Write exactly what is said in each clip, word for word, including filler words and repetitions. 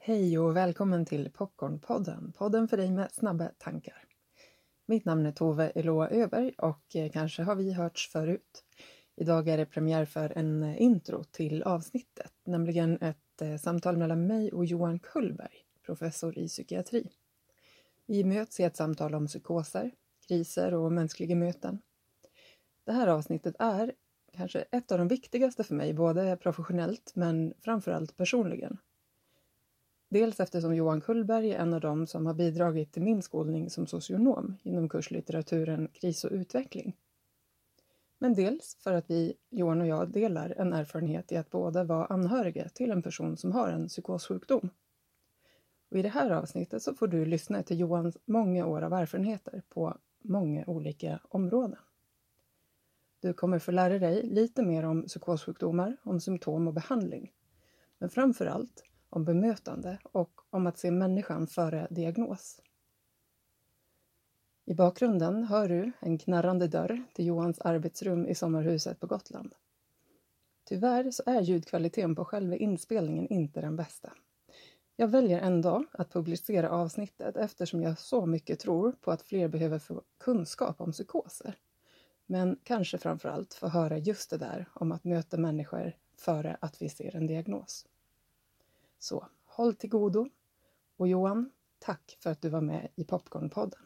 Hej och välkommen till Popcornpodden, podden för dig med snabba tankar. Mitt namn är Tove Eloa Öberg och kanske har vi hörts förut. Idag är det premiär för en intro till avsnittet, nämligen ett samtal mellan mig och Johan Kullberg, professor i psykiatri. Vi möts i ett samtal om psykoser, kriser och mänskliga möten. Det här avsnittet är kanske ett av de viktigaste för mig, både professionellt men framförallt personligen. Dels eftersom Johan Kullberg är en av dem som har bidragit till min skolning som socionom inom kurslitteraturen Kris och utveckling. Men dels för att vi, Johan och jag, delar en erfarenhet i att båda vara anhöriga till en person som har en psykossjukdom. Och i det här avsnittet så får du lyssna till Johans många år av erfarenheter på många olika områden. Du kommer få lära dig lite mer om psykossjukdomar, om symptom och behandling. Men framförallt om bemötande och om att se människan före diagnos. I bakgrunden hör du en knarrande dörr till Johans arbetsrum i sommarhuset på Gotland. Tyvärr så är ljudkvaliteten på själva inspelningen inte den bästa. Jag väljer ändå att publicera avsnittet eftersom jag så mycket tror på att fler behöver få kunskap om psykoser. Men kanske framförallt få höra just det där om att möta människor före att vi ser en diagnos. Så håll till godo. Och Johan, tack för att du var med i Popcornpodden.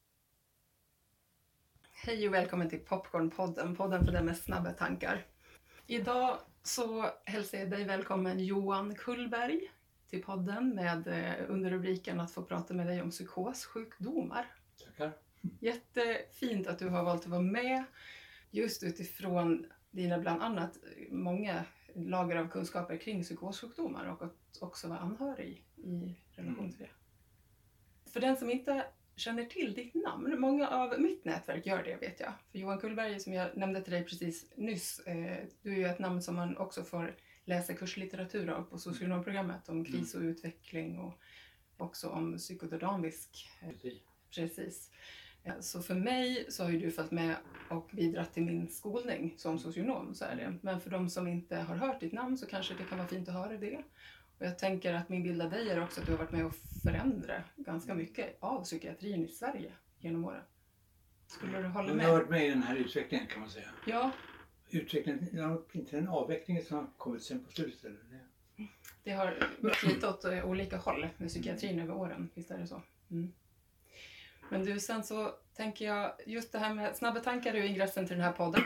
Hej och välkommen till Popcornpodden, podden för den med snabba tankar. Idag så hälsar jag dig välkommen Johan Kullberg till podden med under rubriken att få prata med dig om psykossjukdomar. Tackar. Jättefint att du har valt att vara med just utifrån dina bland annat många lager av kunskaper kring psykossjukdomar och att också vara anhörig i relation till det. För den som inte känner till ditt namn, många av mitt nätverk gör det vet jag. För Johan Kullberg som jag nämnde till dig precis nyss, eh, du är ju ett namn som man också får läsa kurslitteratur av på socionomprogrammet om kris och utveckling och också om psykodynamisk. Eh, precis. Så för mig så har ju du fått med och bidragit till min skolning som socionom, så är det. Men för de som inte har hört ditt namn så kanske det kan vara fint att höra det. Och jag tänker att min bild av dig är också att du har varit med och förändra ganska mycket av psykiatrin i Sverige genom åren. Skulle du hålla med? Jag har varit med i den här utvecklingen kan man säga. Ja. Utvecklingen, inte den avvecklingen som har kommit sen på slutet. Eller? Det har gått lite åt olika håll med psykiatrin över åren, visst är det så? Mm. Men du, sen så tänker jag, just det här med snabba tankar är ju ingressen till den här podden.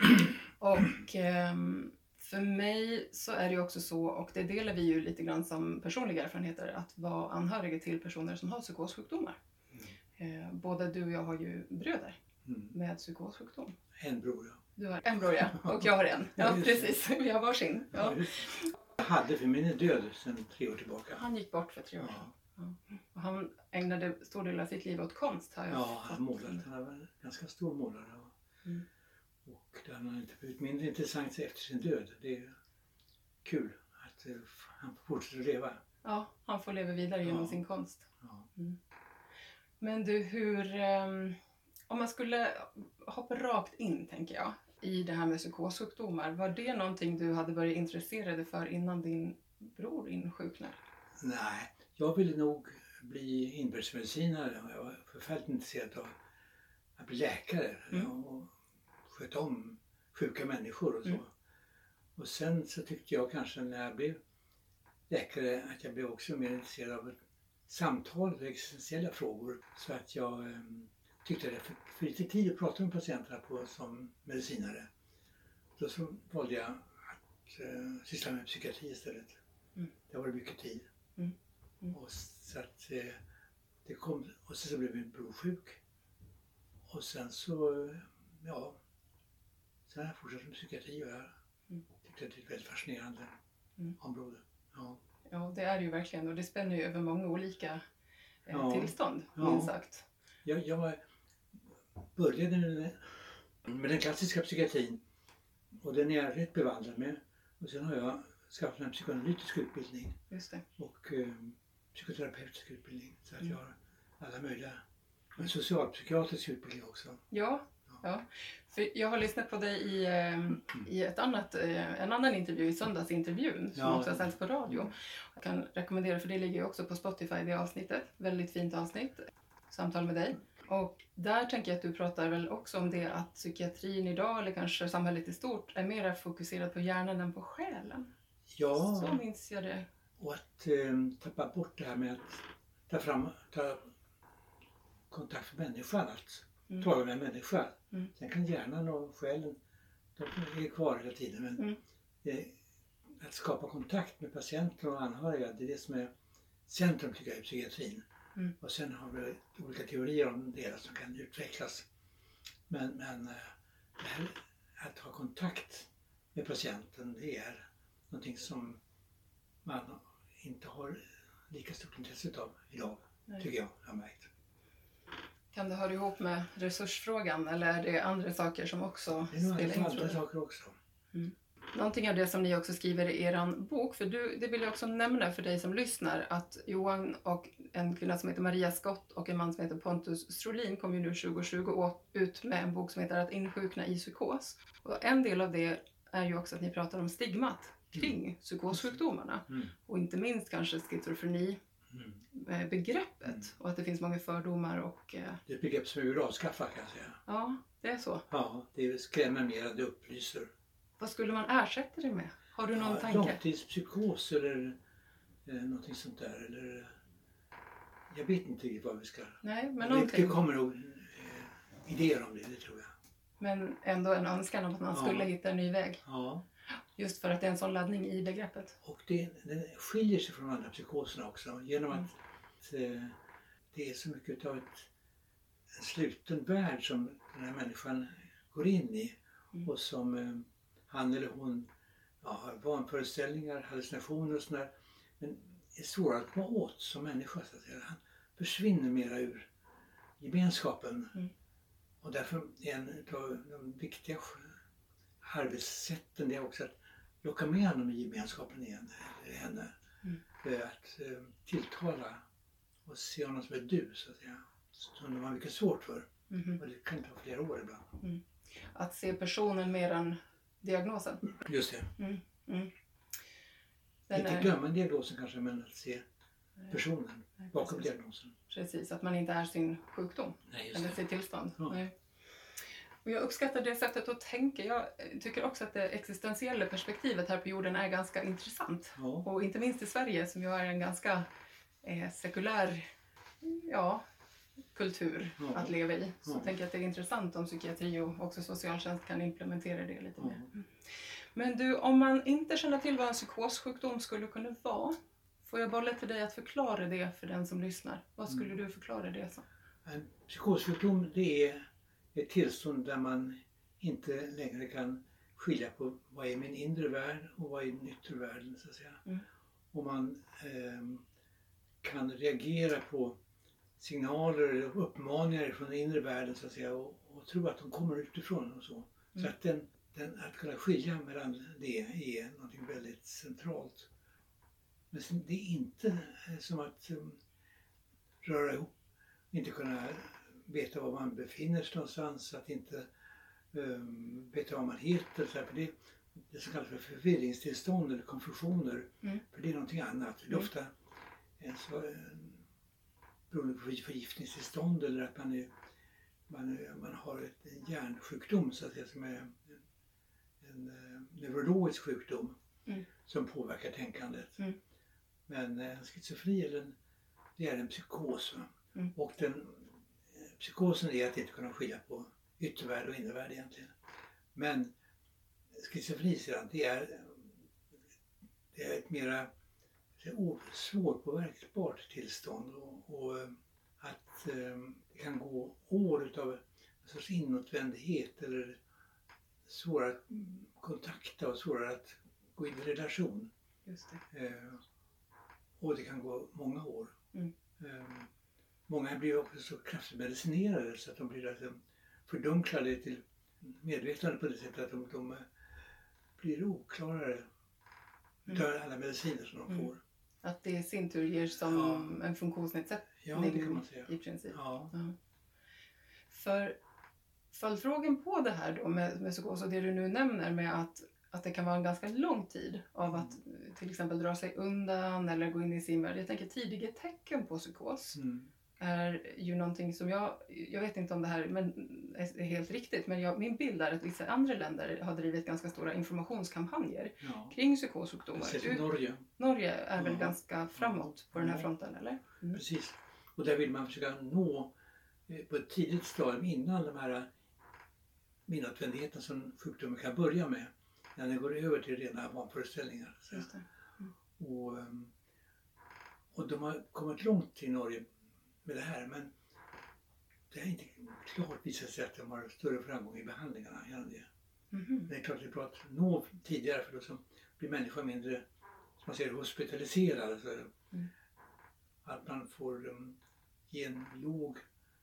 Och eh, för mig så är det ju också så, och det delar vi ju lite grann som personliga erfarenheter, att vara anhöriga till personer som har psykossjukdomar. Mm. Eh, både du och jag har ju bröder mm. med psykossjukdom. En bror, ja. Du har en bror, ja. Och jag har en. Ja, ja precis. Vi har varsin. Ja. Ja, jag hade för min är död sedan tre år tillbaka. Han gick bort för tre år sedan. Ja. Ja. Och han ägnade stor del av sitt liv åt konst. Har jag ja, han målade. Han var en ganska stor målare. Mm. Och det har han inte blivit mindre intressant efter sin död. Det är kul att uh, han fortsätter att leva. Ja, han får leva vidare genom ja. sin konst. Ja. Mm. Men du, hur... Um, om man skulle hoppa rakt in, tänker jag, i det här med psykossjukdomar. Var det någonting du hade börjat intressera dig för innan din bror insjuknade? Nej. Jag ville nog bli inbördsmedicinare och jag var förfärligt intresserad av att bli läkare mm. och sköta om sjuka människor och så. Mm. Och sen så tyckte jag kanske när jag blev läkare att jag blev också mer intresserad av samtal och existentiella frågor. Så att jag um, tyckte det för, för lite tid att prata med patienterna på som medicinare. Då så valde jag att uh, syssla med psykiatri istället. Mm. Det var mycket tid. Mm. Mm. Och så att eh, det kom, och så blev min bror sjuk. Och sen så, ja, sen har jag fortsatt med psykiatri och jag mm. tyckte att det är ett väldigt fascinerande mm. område. Ja. ja, det är det ju verkligen och det spänner ju över många olika eh, ja. tillstånd, ja. minst sagt. Jag, jag började med, med den klassiska psykiatrin och den är jag rätt bevandrad med. Och sen har jag skaffat en psykoanalytisk utbildning. Just det. Och eh, psykoterapeutisk utbildning. Så att mm. jag har alla möjliga. En socialpsykiatrisk utbildning också. Ja, Ja. För jag har lyssnat på dig i, i ett annat, en annan intervju, i söndagsintervjun som ja. också har sänds på radio. Jag kan rekommendera, för det ligger ju också på Spotify, det avsnittet. Väldigt fint avsnitt, samtal med dig. Och där tänker jag att du pratar väl också om det att psykiatrin idag, eller kanske samhället i stort, är mer fokuserad på hjärnan än på själen. Ja, så minns jag det. Och att eh, tappa bort det här med att ta fram, ta kontakt med människan, att mm. tala med en människa. Mm. Sen kan hjärnan och själen, de är kvar hela tiden. Men mm. det, att skapa kontakt med patienter och anhöriga, det är det som är centrum tycker jag i psykiatrin. Mm. Och sen har vi olika teorier om det som kan utvecklas. Men, men det här, att ha kontakt med patienten, det är någonting som man inte har lika stort intresse av idag. Nej. Tycker jag, jag har märkt. Kan det höra ihop med resursfrågan eller är det andra saker som också spelar in? Det är nog in, andra saker också. Mm. Någonting av det som ni också skriver i er bok, för du, det vill jag också nämna för dig som lyssnar, att Johan och en kvinna som heter Maria Scott och en man som heter Pontus Strolin kom ju nu tjugo tjugo ut med en bok som heter Att insjukna i psykos. Och en del av det är ju också att ni pratar om stigmat kring mm. psykossjukdomarna mm. och inte minst kanske schizofreni. Mm. begreppet mm. och att det finns många fördomar och... Eh... Det är ett begrepp som vi vill avskaffa kan jag säga. Ja, det är så. Ja, det skrämmer mer än det upplyser. Vad skulle man ersätta det med? Har du någon ja, tanke? Långtidspsykos eller eh, någonting sånt där. Eller, jag vet inte riktigt vad vi ska... Nej, men det, någonting... det kommer nog eh, idéer om det, det tror jag. Men ändå en önskan om att man ja. skulle hitta en ny väg. Ja. Just för att det är en sån laddning i begreppet. Och det, det skiljer sig från andra psykoserna också. Genom att mm. eh, det är så mycket av ett, en sluten värld som den här människan går in i. Mm. Och som eh, han eller hon ja, har vanföreställningar, hallucinationer och sådär. Men är svårare att komma åt som människa. Så att säga. Han försvinner mera ur gemenskapen. Mm. Och därför är en av de viktiga arbetssätten det är också att locka med honom i gemenskapen igen, eller henne. Mm. Att eh, tilltala och se honom som ett du, så att säga. Som de har mycket svårt för. Mm. Och det kan ta flera år ibland. Mm. Att se personen mer än diagnosen. Just det. Mm. Mm. Inte är... glömma diagnosen kanske, men att se personen Nej, bakom precis. diagnosen. Precis, att man inte är sin sjukdom. Nej, eller sitt tillstånd. Ja. Nej. Och jag uppskattar det sättet att tänka. Jag tycker också att det existentiella perspektivet här på jorden är ganska intressant. Ja. Och inte minst i Sverige som ju är en ganska eh, sekulär ja, kultur ja. att leva i. Så ja. tänker jag att det är intressant om psykiatri och också socialtjänst kan implementera det lite ja. mer. Mm. Men du, om man inte känner till vad en psykossjukdom skulle kunna vara, får jag bolla till dig att förklara det för den som lyssnar. Vad skulle mm. du förklara det som? En psykossjukdom, det är ett tillstånd där man inte längre kan skilja på vad är min inre värld och vad är den yttre världen, så att säga. Mm. Och man eh, kan reagera på signaler och uppmaningar från den inre världen, så att säga, och, och tro att de kommer utifrån och så. Mm. Så att, den, den, att kunna skilja mellan det är något väldigt centralt. Men det är inte som att um, röra ihop, inte kunna veta var man befinner sig någonstans, att inte um, veta vad man heter. Så här, för det, det som kallas för förvirringstillstånd eller konfusioner, mm. för det är någonting annat. Det är ofta en så, en, beroende på förgiftningstillstånd eller att man, är, man, är, man har ett, en hjärnsjukdom så att säga, som är en, en, en neurologisk sjukdom mm. som påverkar tänkandet. Mm. Men en schizofreni eller en, det är en psykos. Mm. Och den psykosen är att inte kunna skilja på yttervärld och innervärld egentligen. Men schizofreni sedan, det är, det är ett mera svårpåverkbart tillstånd. Och, och att eh, det kan gå år utav en sorts inåtvändhet eller svårare att kontakta och svårare att gå in i relation. Just det. Eh, och det kan gå många år. Mm. Eh, Många blir också så kraftigt medicinerade så att de blir alltså fördunklade till medvetande på det sättet att de, de blir oklarare mm. av alla mediciner som de mm. får. Att det i sin tur ger som ja. en funktionsnedsättning ja, det kan man säga. I princip. Ja. Ja. För följdfrågan på det här då med, med psykos och det du nu nämner med att, att det kan vara en ganska lång tid av att till exempel dra sig undan eller gå in i sin värld. Jag tänker tidiga tecken på psykos Mm. är ju någonting som jag, jag vet inte om det här men är helt riktigt, men jag, min bild är att vissa andra länder har drivit ganska stora informationskampanjer Ja. kring psykossjukdomar. Speciellt i Norge. Norge är väl Ja. ganska framåt på den här Ja. fronten, eller? Mm. Precis. Och där vill man försöka nå eh, på ett tidigt stadium innan de här minutvändheten som sjukdomen kan börja med. När den går över till rena vanföreställningar. Så. Just det. Mm. Och, ehm, och de har kommit långt i Norge med det här, men det har inte klart visat sig att de har större framgång i behandlingarna genom det. Mhm. Det är klart att det är bra att nå tidigare, för då så blir människan mindre, som man säger, hospitaliserad. Alltså, Mm. att man får um, ge en låg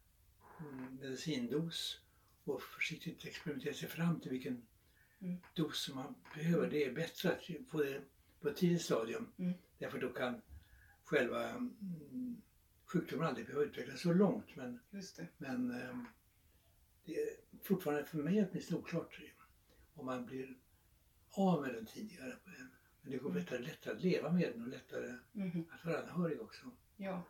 um, medicindos och försiktigt experimentera sig fram till vilken Mm. dos som man behöver. Det är bättre att få det på ett tidigt stadium. Mm. Därför då kan själva mm, sjukdomen aldrig behöva utvecklas så långt. Men, Just det. men um, det är fortfarande för mig åtminstone oklart om man blir av med den tidigare. Men det går lättare, lättare att leva med den och lättare Mhm. att vara anhörig också. Ja,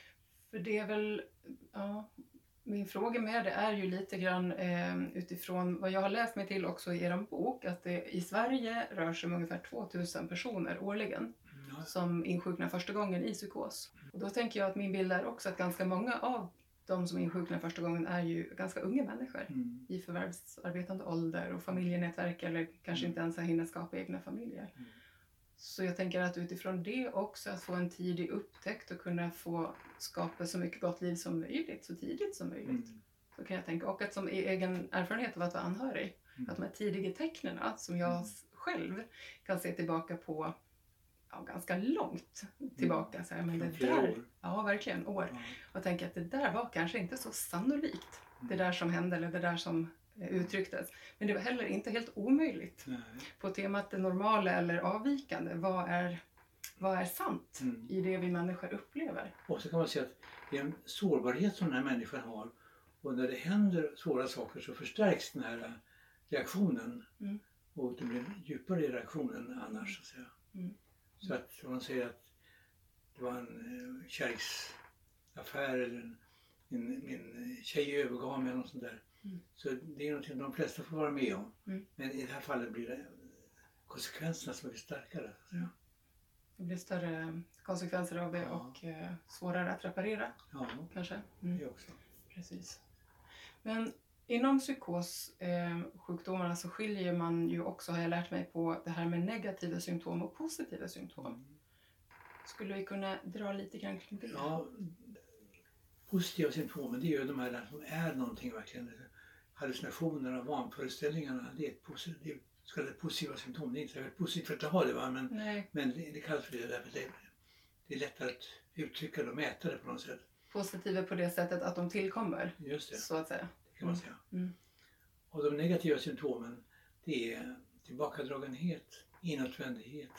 för det är väl, ja, min fråga med det är ju lite grann eh, utifrån vad jag har läst mig till också i er bok, att det i Sverige rör sig om ungefär tvåtusen personer årligen Ja, som insjuknar första gången i psykos. Och då tänker jag att min bild är också att ganska många av de som insjuknar första gången är ju ganska unga människor mm, i förvärvsarbetande ålder och familjenätverk eller kanske Mm. inte ens har hinner skapa egna familjer. Mm. Så jag tänker att utifrån det också att få en tidig upptäckt och kunna få skapa så mycket gott liv som möjligt, så tidigt som möjligt. mm, Så kan jag tänka. Och att som i egen erfarenhet av att vara anhörig, Mm. att de här tidiga tecknen som jag Mm. själv kan se tillbaka på ja, ganska långt tillbaka. Så här, men Från det flera där, år. ja verkligen år. Ja. Och tänka att det där var kanske inte så sannolikt. Det där som hände eller det där som eh, uttrycktes. Men det var heller inte helt omöjligt. Nej. På temat det normala eller avvikande, vad är, vad är sant Mm. i det vi människor upplever? Och så kan man säga att det är en sårbarhet som den här människan har. Och när det händer svåra saker så förstärks den här reaktionen. Mm. Och det blir djupare i reaktionen annars. Så att säga. Mm. Så att om man säger att det var en eh, kärleksaffär eller en, min, min tjej övergav mig eller något sånt där. Mm. Så det är någonting de flesta får vara med om. Mm. Men i det här fallet blir det konsekvenserna som är starkare. Så att säga. Det blir större konsekvenser av det Ja. och eh, svårare att reparera Ja, kanske. Mm. det också. Precis. Men inom psykossjukdomarna eh, så skiljer man ju också, har jag lärt mig, på det här med negativa symptom och positiva symptom. Mm. Skulle vi kunna dra lite grann kring det? Ja, positiva symptomen, det är ju de här där som är någonting verkligen. Hallucinationerna, vanföreställningarna, det är ett positivt, det är så kallade positiva symptom. Det är inte särskilt positivt att ha det, va? Men, Nej, men det, det kallas för det därför att det, det är lättare att uttrycka det och mäta det på något sätt. positiva på det sättet att de tillkommer, Just det, så att säga. det kan man säga. Mm. Och de negativa symptomen, det är tillbakadragenhet, inåtvändhet,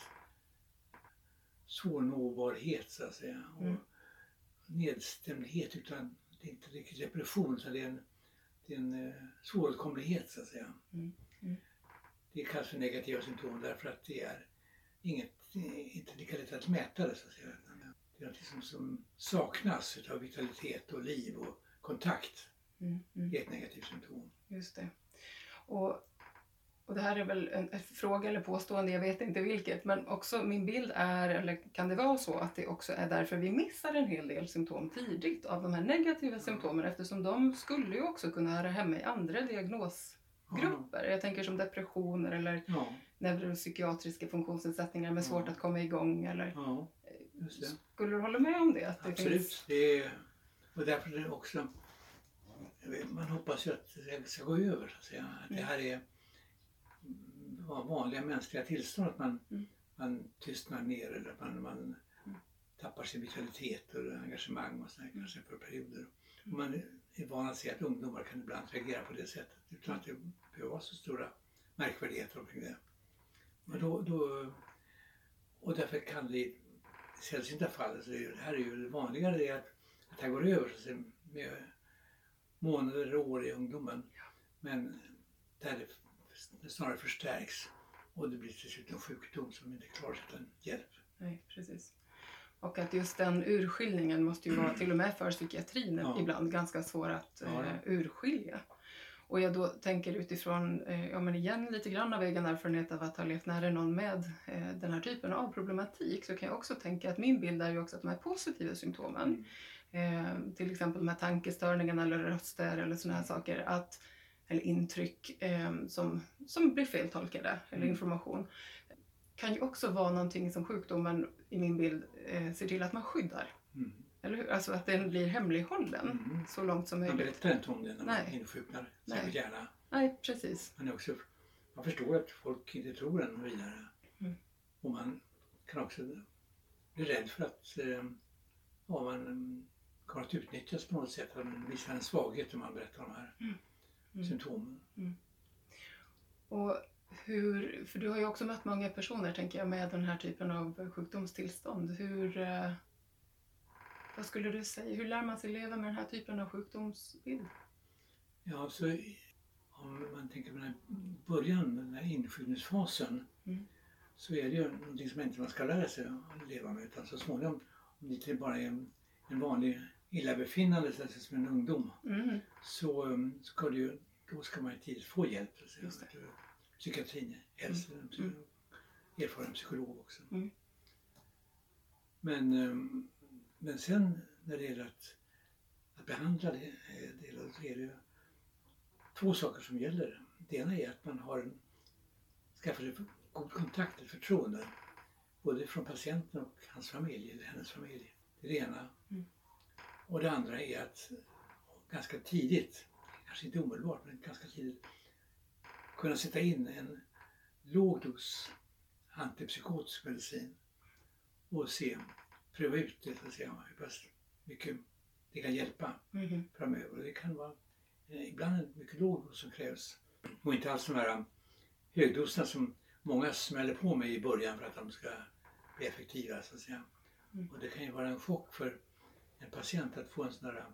svårnåbarhet så att säga. Mm. Och nedstämdhet, utan det är inte riktigt depression, utan det är en, det är en eh, svåråtkomlighet så att säga. Mm. Mm. Det kallas för negativa symptom därför att det är inget, inte lika lätt att mäta det så att säga. Det är något som, som saknas utav vitalitet och liv och kontakt. Mm. Mm. Det är ett negativt symptom. Just det. Och, och det här är väl en, en fråga eller påstående, jag vet inte vilket, men också min bild är, eller kan det vara så att det också är därför vi missar en hel del symptom tidigt av de här negativa Ja. symptomen, eftersom de skulle ju också kunna höra hemma i andra diagnosgrupper. Jag tänker som depressioner eller Ja, neuropsykiatriska funktionsnedsättningar med svårt Ja. att komma igång. Eller, ja, just det. skulle du hålla med om det? Att det Absolut. Finns... Det är, och därför är det också, man hoppas ju att det ska gå över så att säga. Att det här är vanliga mänskliga tillstånd, att man, Mm. man tystnar ner eller att man, man Mm. tappar sin vitalitet och engagemang och sådär, kanske för perioder. Och man är van att se att ungdomar kan ibland reagera på det sättet utan att det behöver vara så stora märkvärdigheter omkring det. Men då, då, och därför kan det i sällsynta fall, så det här är ju det vanligare, det är att, att det här går över så att säga, med månader eller år i ungdomen. Men där det snarare förstärks och det blir till slut en sjukdom som inte klarar sig utan hjälp. Nej, precis. Och att just den urskiljningen måste ju vara till och med för psykiatrin Ja. ibland ganska svår att Ja. eh, urskilja. Och jag då tänker utifrån, eh, ja men igen lite grann av egen erfarenhet av att ha levt nära någon med eh, den här typen av problematik, så kan jag också tänka att min bild är ju också att de här positiva symptomen, eh, till exempel de här tankestörningarna eller röster eller såna här saker, att, eller intryck eh, som, som blir feltolkade eller Mm. information, kan ju också vara någonting som sjukdomen i min bild eh, ser till att man skyddar. Mm. Eller hur? Alltså att den blir hemlighållen Mm. så långt som Man möjligt. berättar inte om det när man Nej. insjuknar. Nej. Särskilt gärna. Nej, precis. Man, är också, man förstår att folk inte tror en vidare. Mm. Och man kan också bli rädd för att eh, ja, man mm, kommer att utnyttjas på något sätt. Att man visar en svaghet när man berättar om de här Mm. Mm. symptomen. Och hur, för du har ju också mött många personer tänker jag med den här typen av sjukdomstillstånd. Hur, eh, vad skulle du säga, hur lär man sig leva med den här typen av sjukdomsbild? Ja, så om man tänker på den här början, den här insjukningsfasen, Mm. så är det ju någonting som inte man ska lära sig att leva med. Utan så småningom, om det inte bara är en, en vanlig illabefinnande så att säga, som en ungdom, Mm. så, um, ska det ju, då ska man ju tidigt få hjälp. Så att säga. Just det. Psykiatrin, helst en psy- Mm. erfaren psykolog också. Mm. Men, um, men sen när det gäller att, att behandla det, det så är det ju två saker som gäller. Det ena är att man har en, skaffar sig god kontakt, ett förtroende, både från patienten och hans familj eller hennes familj. Det är det ena. Mm. Och det andra är att ganska tidigt, kanske inte omedelbart, men ganska tidigt kunna sätta in en låg dos antipsykotisk medicin och se, pröva ut det så att säga, hur pass mycket det kan hjälpa Mm. framöver. Det kan vara eh, ibland en mycket låg dos som krävs och inte alls de här högdoserna som många smäller på med i början för att de ska bli effektiva så att säga. Mm. Och det kan ju vara en chock för en patient att få en sån här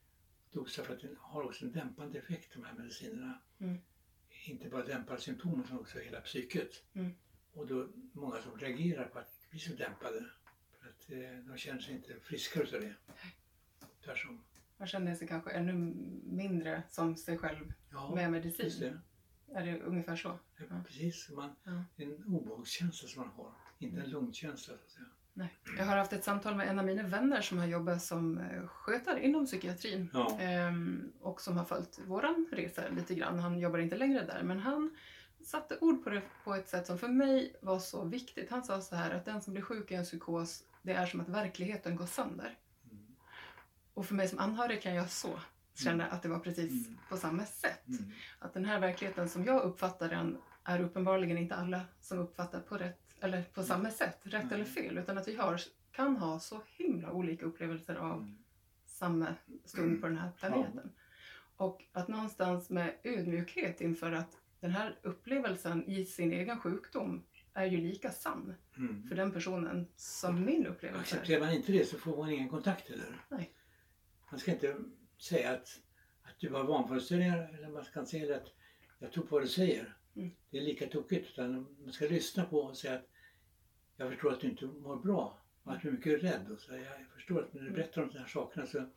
dos för att den har också en dämpande effekt de här medicinerna. Mm. Inte bara dämpar symptomen utan också hela psyket. Mm. Och då är det många som reagerar på att bli så dämpade för att eh, de känner sig inte friskare utav det. Tvärtom. Man känner sig kanske ännu mindre som sig själv Ja, med medicin. just det. Är det ungefär så? Ja, Ja. precis. Man, Ja. en obehagskänsla som man har. Inte en lugnkänsla så att säga. Nej. Jag har haft ett samtal med en av mina vänner som har jobbat som eh, skötare inom psykiatrin. Ja. Ehm, och som har följt våran resa lite grann. Han jobbar inte längre där, men han satte ord på det på ett sätt som för mig var så viktigt. Han sa så här att den som blir sjuk i en psykos, det är som att verkligheten går sönder. Mm. Och för mig som anhörig kan jag så känna att det var precis Mm. på samma sätt. Mm. Att den här verkligheten som jag uppfattar den är uppenbarligen inte alla som uppfattar på rätt eller på samma sätt, rätt Nej. eller fel, utan att vi har, kan ha så himla olika upplevelser av Mm. samma stund på den här planeten. Och att någonstans med ödmjukhet inför att den här upplevelsen i sin egen sjukdom är ju lika sann Mm. för den personen som min upplevelse är. Accepterar man inte det så får man ingen kontakt heller. Nej. Man ska inte säga att, att du har vanföreställningar eller man ska inte säga att jag tror på vad du säger. Mm. Det är lika tokigt utan man ska lyssna på och säga att jag förstår att du inte mår bra och att du är mycket rädd. Och så jag förstår att när du berättar om de här sakerna så,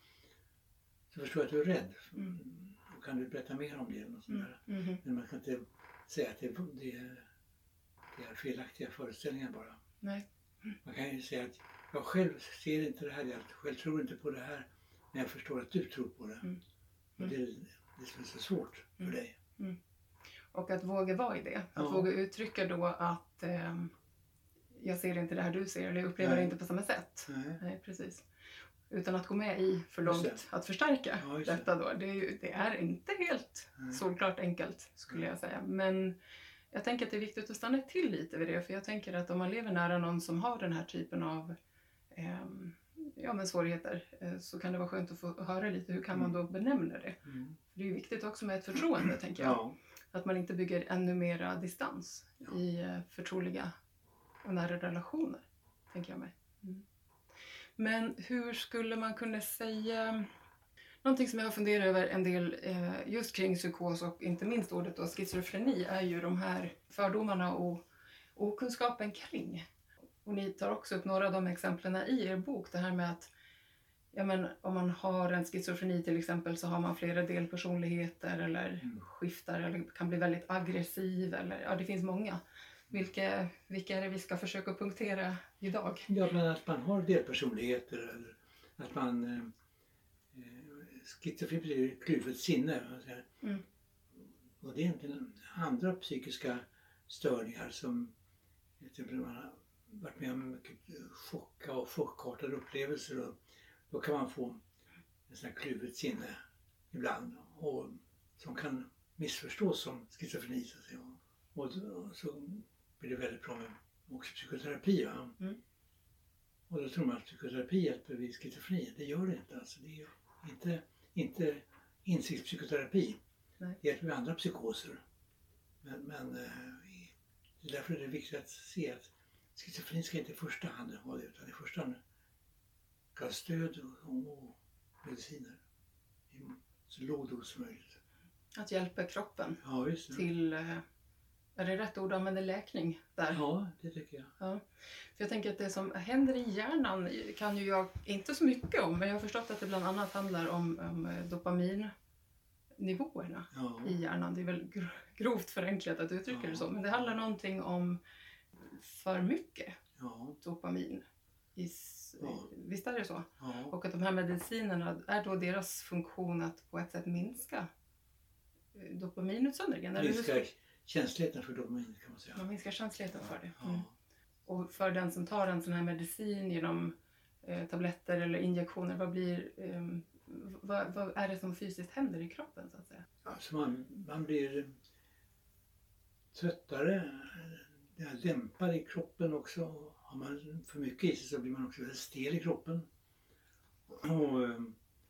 så förstår jag att du är rädd. Mm. Och kan du berätta mer om det? Och sånt där. Mm. Mhm. Men man kan inte säga att det, det, är, det är felaktiga föreställningar bara. Nej. Man kan ju säga att jag själv ser inte det här, jag själv tror inte på det här, men jag förstår att du tror på det. Mm. Och det är det som är så svårt för Mm. dig. Och att våga vara i det. Att Ja. våga uttrycka då att eh, jag ser inte det här du ser eller jag upplever Nej. det inte på samma sätt. Nej. Nej, precis. Utan att gå med i för Just långt att förstärka Ja, just det. detta då. Det är, ju, det är inte helt Nej. solklart enkelt skulle jag säga. Men jag tänker att det är viktigt att stanna till lite vid det. För jag tänker att om man lever nära någon som har den här typen av ehm, ja, men svårigheter eh, så kan det vara skönt att få höra lite hur kan man då benämna det. Mm. För det är ju viktigt också med ett förtroende tänker jag. Ja. Att man inte bygger ännu mera distans Ja. i eh, förtroliga och nära relationer, tänker jag mig. Mm. Men hur skulle man kunna säga, Någonting som jag har funderat över en del eh, just kring psykos och inte minst ordet då, schizofreni är ju de här fördomarna och okunskapen kring. Och ni tar också upp några av de exemplen i er bok. Det här med att ja, men, om man har en schizofreni till exempel så har man flera delpersonligheter eller mm. skiftar eller kan bli väldigt aggressiv. Eller, ja, det finns många. Vilka, vilka är det vi ska försöka punktera idag? Ja, bland annat att man har delpersonligheter eller att man eh, schizofreni blir kluvet sinne. Mm. Och det är inte andra psykiska störningar som till exempel man har varit med om mycket chocka och chockartade upplevelser och då kan man få en sån här kluvet sinne ibland och som kan missförstås som schizofreni så att säga. Och då, så blir det väldigt bra med också psykoterapi. Va? Mm. Och då tror man att psykoterapi hjälper vid schizofreni. Det gör det inte. Alltså, det är inte, inte insiktspsykoterapi. Nej. Det hjälper med andra psykoser. Men, men det är därför är det viktigt att se att schizofreni ska inte i första hand ha det utan i första hand ska ha stöd och, och mediciner i så låg dos som möjligt. Att hjälpa kroppen ja, just det. Till, är det rätt ord att använda läkning där? Ja, det tycker jag. Ja. För jag tänker att det som händer i hjärnan kan ju jag inte så mycket om, men jag har förstått att det bland annat handlar om, om dopaminnivåerna ja. I hjärnan. Det är väl grovt förenklat att uttrycka ja. Det så, men det handlar någonting om för mycket ja. Dopamin. I, ja. Visst är det så? Ja. Och att de här medicinerna är då deras funktion att på ett sätt minska dopaminutsöndringen. Minska känsligheten för dopamin kan man säga. Man minskar känsligheten för det. Mm. Ja. Och för den som tar en sån här medicin genom eh, tabletter eller injektioner, vad blir eh, vad, vad är det som fysiskt händer i kroppen så att säga? Alltså man, man blir tröttare, dämpad i kroppen också. Har man för mycket i sig så blir man också väldigt stel i kroppen. Och eh,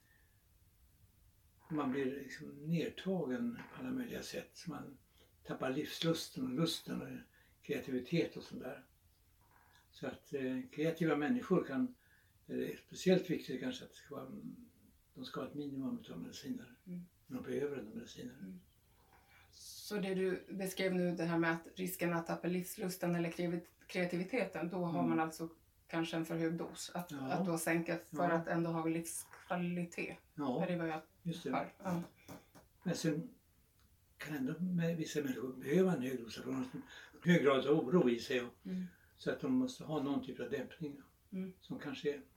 man blir liksom nedtagen på alla möjliga sätt. Så man tappar livslusten och lusten och kreativitet och sånt där. Så att eh, kreativa människor kan, det är speciellt viktigt kanske att det ska vara, de ska ha ett minimum av mediciner. Mm. Men de behöver ändå mediciner. Mm. Så det du beskrev nu, det här med att risken att tappa livslusten eller kreativiteten, då har mm. man alltså kanske en för hög dos. Att, ja. Att då sänka för ja. Att ändå ha livskvalitet. Ja, är det vad jag just det. Har? Ja. Men sen kan ändå med vissa människor behöva en hög dos för en hög grad av oro i sig. Och, mm. Så att de måste ha någon typ av dämpning mm. som kanske är,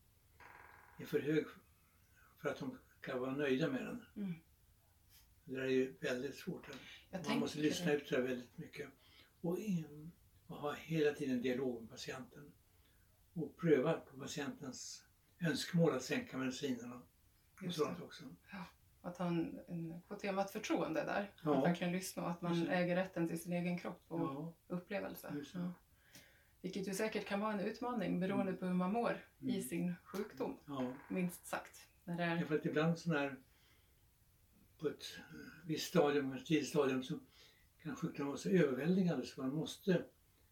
är för hög för att de kan vara nöjda med den. Mm. Det är ju väldigt svårt. Jag Man måste lyssna ut det väldigt mycket. Och, in, och ha hela tiden dialog med patienten. Och pröva på patientens önskemål att sänka medicinerna. Och sådant också. Ja, att ha en, en, på temat förtroende där. Ja. Att verkligen lyssna och att man äger rätten till sin egen kropp och ja. Upplevelse. Ja. Vilket ju säkert kan vara en utmaning beroende mm. på hur man mår mm. i sin sjukdom. Ja. Minst sagt. När det är... Ja, för att ibland sån här på ett visst stadium, ett tidigt stadium så kan sjukdomen vara så överväldigande så man måste,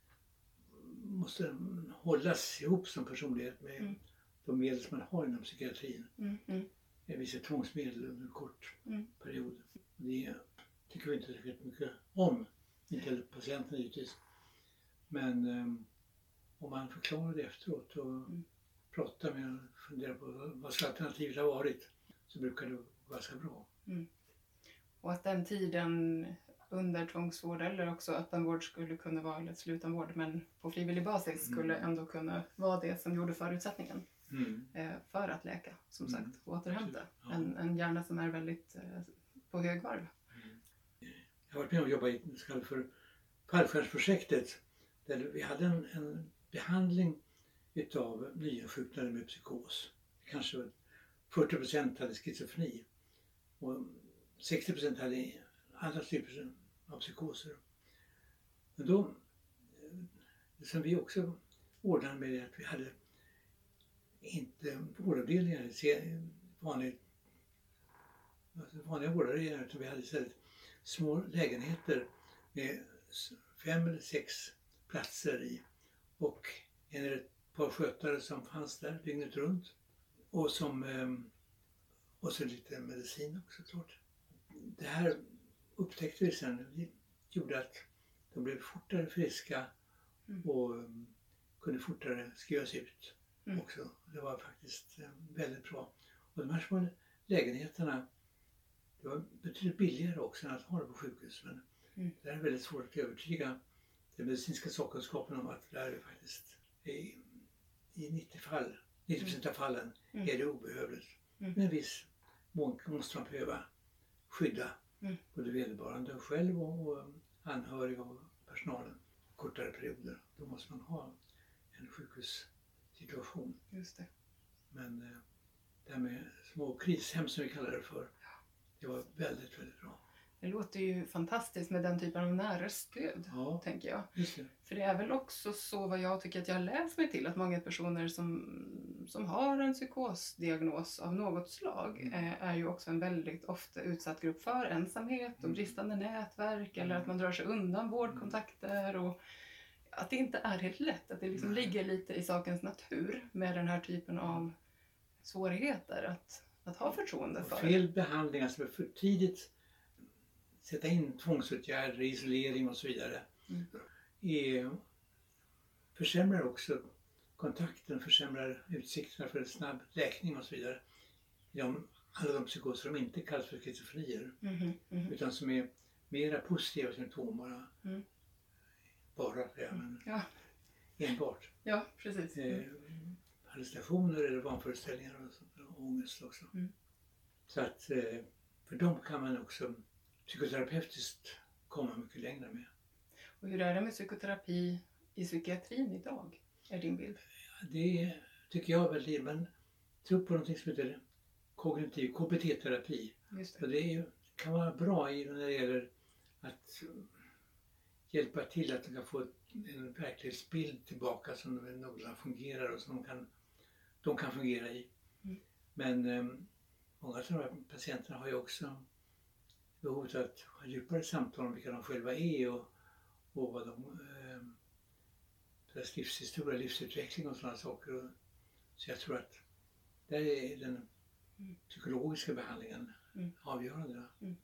måste hållas ihop som personlighet med mm. de medel som man har inom psykiatrin. Mm. Mm. Vissa tvångsmedel under en kort mm. period. Det tycker vi inte riktigt mycket om, inte heller patienten givetvis. Men um, om man förklarar det efteråt och mm. pratar med och funderar på vad ska alternativet ha varit så brukar det vara ganska bra. Mm. Och att den tiden under tvångsvård eller också öppenvård skulle kunna vara, eller slutenvård, men på frivillig basis skulle mm. ändå kunna vara det som gjorde förutsättningen mm. eh, för att läka, som mm. sagt, och återhämta. Ja. En, en hjärna som är väldigt eh, på högvarv. Mm. Jag har varit med och jobbat i det så kallade för fallskärmsprojektet där vi hade en, en behandling utav nyinsjuknade med psykos. Kanske fyrtio procent hade schizofreni och sextio procent hade andra typer av psykoser. Men då, det som vi också ordnade med det att vi hade inte vårdavdelningar, vanligt, alltså vanliga vårdavdelningar, utan vi hade istället små lägenheter med fem eller sex platser i och en eller ett par skötare som fanns där dygnet runt och som Och så lite medicin också klart. Det här upptäckte vi sen. Det gjorde att de blev fortare friska Mm. och um, kunde fortare skrivas ut Mm. också. Det var faktiskt um, väldigt bra. Och de här små lägenheterna, det var betydligt billigare också än att ha det på sjukhus. Men Mm. det är väldigt svårt att övertyga den medicinska sakkunskapen om att det här är faktiskt i, i nittio fall, nittio procent av fallen Mm. är det obehövligt. Mm. Men en viss mån måste man behöva skydda Mm. både vederbörande själv och, och anhöriga och personalen kortare perioder. Då måste man ha en sjukhussituation. Just det. Men eh, det här med små krishem som vi kallar det för, det var väldigt, väldigt bra. Det låter ju fantastiskt med den typen av nära stöd, Ja, tänker jag. just det. För det är väl också så vad jag tycker att jag har läst mig till, att många personer som, som har en psykosdiagnos av något slag Mm. eh, är ju också en väldigt ofta utsatt grupp för ensamhet och Mm. bristande nätverk eller Mm. att man drar sig undan vårdkontakter och att det inte är helt lätt, att det liksom Nej. ligger lite i sakens natur med den här typen av svårigheter att, att ha förtroende Och för. fel behandling, alltså för tidigt sätta in tvångsåtgärder, isolering och så vidare. Mm. Är, försämrar också kontakten, försämrar utsikterna för en snabb läkning och så vidare. I de, alla de psykoser som inte kallas för schizofrenier, Mhm, mhm. utan som är mera positiva symptom bara. Mm. Bara, ja, men Ja, enbart. ja, precis. Eh, hallucinationer eller vanföreställningar och, så, och ångest också. Mm. Så att eh, för dem kan man också psykoterapeutiskt komma mycket längre med. Och hur är det med psykoterapi i psykiatrin idag? Är din bild? Det tycker jag väl, man tror på något som heter kognitiv K B T-terapi. Just Och det. det är, kan vara bra i, när det gäller att hjälpa till att de kan få en verklighetsbild tillbaka som någorlunda fungerar och som de kan, de kan fungera i. Mm. Men eh, många av de här patienterna har ju också behovet att ha djupare samtal om vilka de själva är och, och vad de, eh, deras livshistoria, livsutveckling och sådana saker. Och, så jag tror att där är den psykologiska behandlingen Mm. avgörande.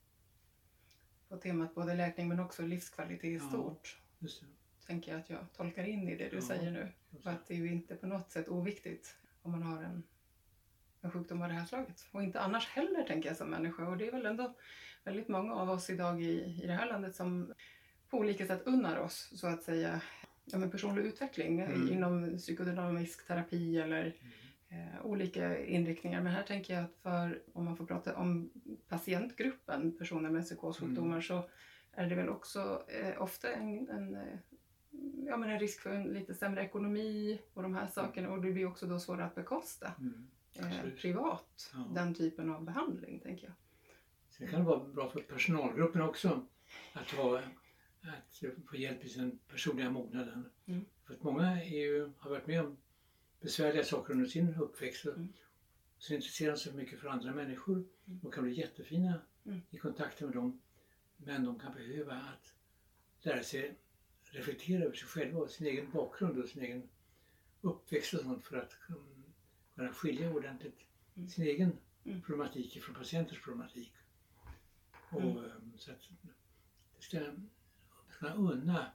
På temat både läkning men också livskvalitet i Ja. stort. Just det. Tänker jag att jag tolkar in i det du Ja. säger nu. Och att det är ju inte på något sätt oviktigt om man har en, en sjukdom av det här slaget. Och inte annars heller, tänker jag, som människa. Och det är väl ändå väldigt många av oss idag i, i det här landet som på olika sätt unnar oss, så att säga, ja, men personlig utveckling Mm. inom psykodynamisk terapi eller eh, olika inriktningar. Men här tänker jag att för, om man får prata om patientgruppen personer med psykossjukdomar, Mm. så är det väl också eh, ofta en, en, eh, ja, men en risk för en lite sämre ekonomi och de här sakerna. Och det blir också då svårare att bekosta Mm. eh, Absolut. privat Ja. den typen av behandling, tänker jag. Sen kan det vara bra för personalgruppen också att, ha, att få hjälp i sin personliga mognaden. Mm. För att många är ju, har varit med om besvärliga saker under sin uppväxt. Mm. Så intresserar de sig mycket för andra människor. Mm. De kan bli jättefina Mm. i kontakten med dem. Men de kan behöva att lära sig reflektera över sig själva och sin egen bakgrund och sin egen uppväxt och sånt för att um, kunna skilja ordentligt Mm. sin egen Mm. problematik från patienters problematik. Och, Mm. um, så att det ska kunna unna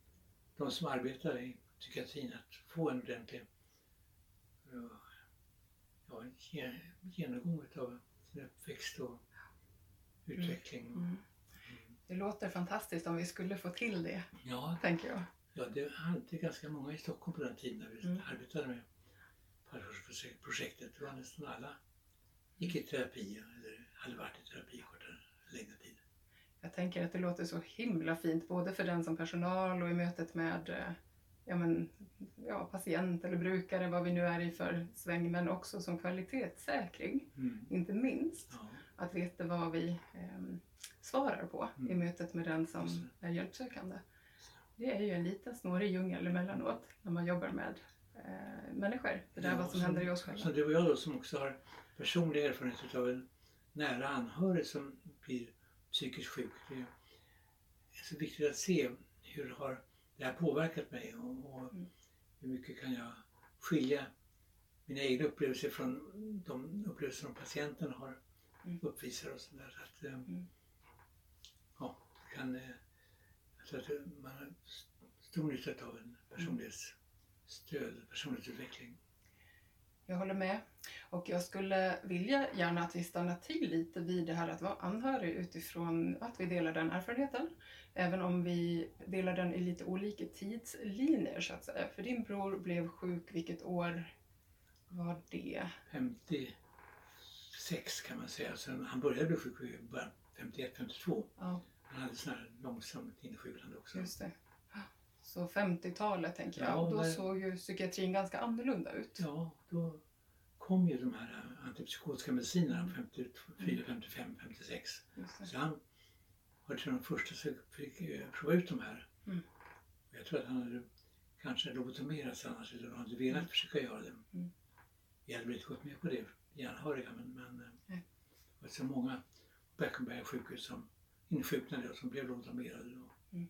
de som arbetar i psykiatrin att få en ordentlig uh, ja, en ge- genomgång av sin uppväxt och utveckling. Mm. Det låter fantastiskt om vi skulle få till det, Ja, tänker jag. ja, det hade ganska många i Stockholm på den tiden när vi Mm. arbetade med Parforsprojektet. Det var nästan alla gick i terapi eller hade varit i terapi kortare längre tid. Jag tänker att det låter så himla fint, både för den som personal och i mötet med eh, ja, men, ja, patient eller brukare, vad vi nu är i för sväng, men också som kvalitetssäkring, Mm. inte minst. Ja, Att veta vad vi eh, svarar på Mm. i mötet med den som Just är hjälpsökande. Det är ju en liten snårig djungel emellanåt när man jobbar med eh, människor. Det där är Ja, vad som som- händer i oss själva. Som du och jag då, som också har personlig erfarenhet av en nära anhörig som blir psykiskt sjuk. Det är så viktigt att se hur har det här påverkat mig och, och Mm. hur mycket kan jag skilja mina egna upplevelser från de upplevelser som patienten har mm. uppvisar och sådär. Så att, mm. ja, det kan, jag tror att man har stor nytta av en personlighetsstöd, personlighetsutveckling. Jag håller med. Och jag skulle vilja gärna att vi stannar till lite vid det här att vara anhörig utifrån att vi delar den erfarenheten. Även om vi delar den i lite olika tidslinjer så att säga. För din bror blev sjuk, vilket år var det? femtiosex kan man säga. Sen han började bli sjuk i början femtioett femtiotvå. Ja. Han hade sån här långsamt insjuknande också. Just det. Så femtiotalet tänker jag. Ja, och då där såg ju psykiatrin ganska annorlunda ut. Ja, då kom ju de här antipsykotiska medicinerna femtiofyra, femtiofem, femtiosex. Så han var till de första som fick prova ut de här. Mm. Jag tror att han hade kanske lobotomerats annars eller hade velat mm. försöka göra det. Mm. Vi hade inte gått med på det, jämnhöriga, men, men mm. det var så många Beckenberg sjukhus som insjuknade och som blev lobotomerade. Mm. Mm.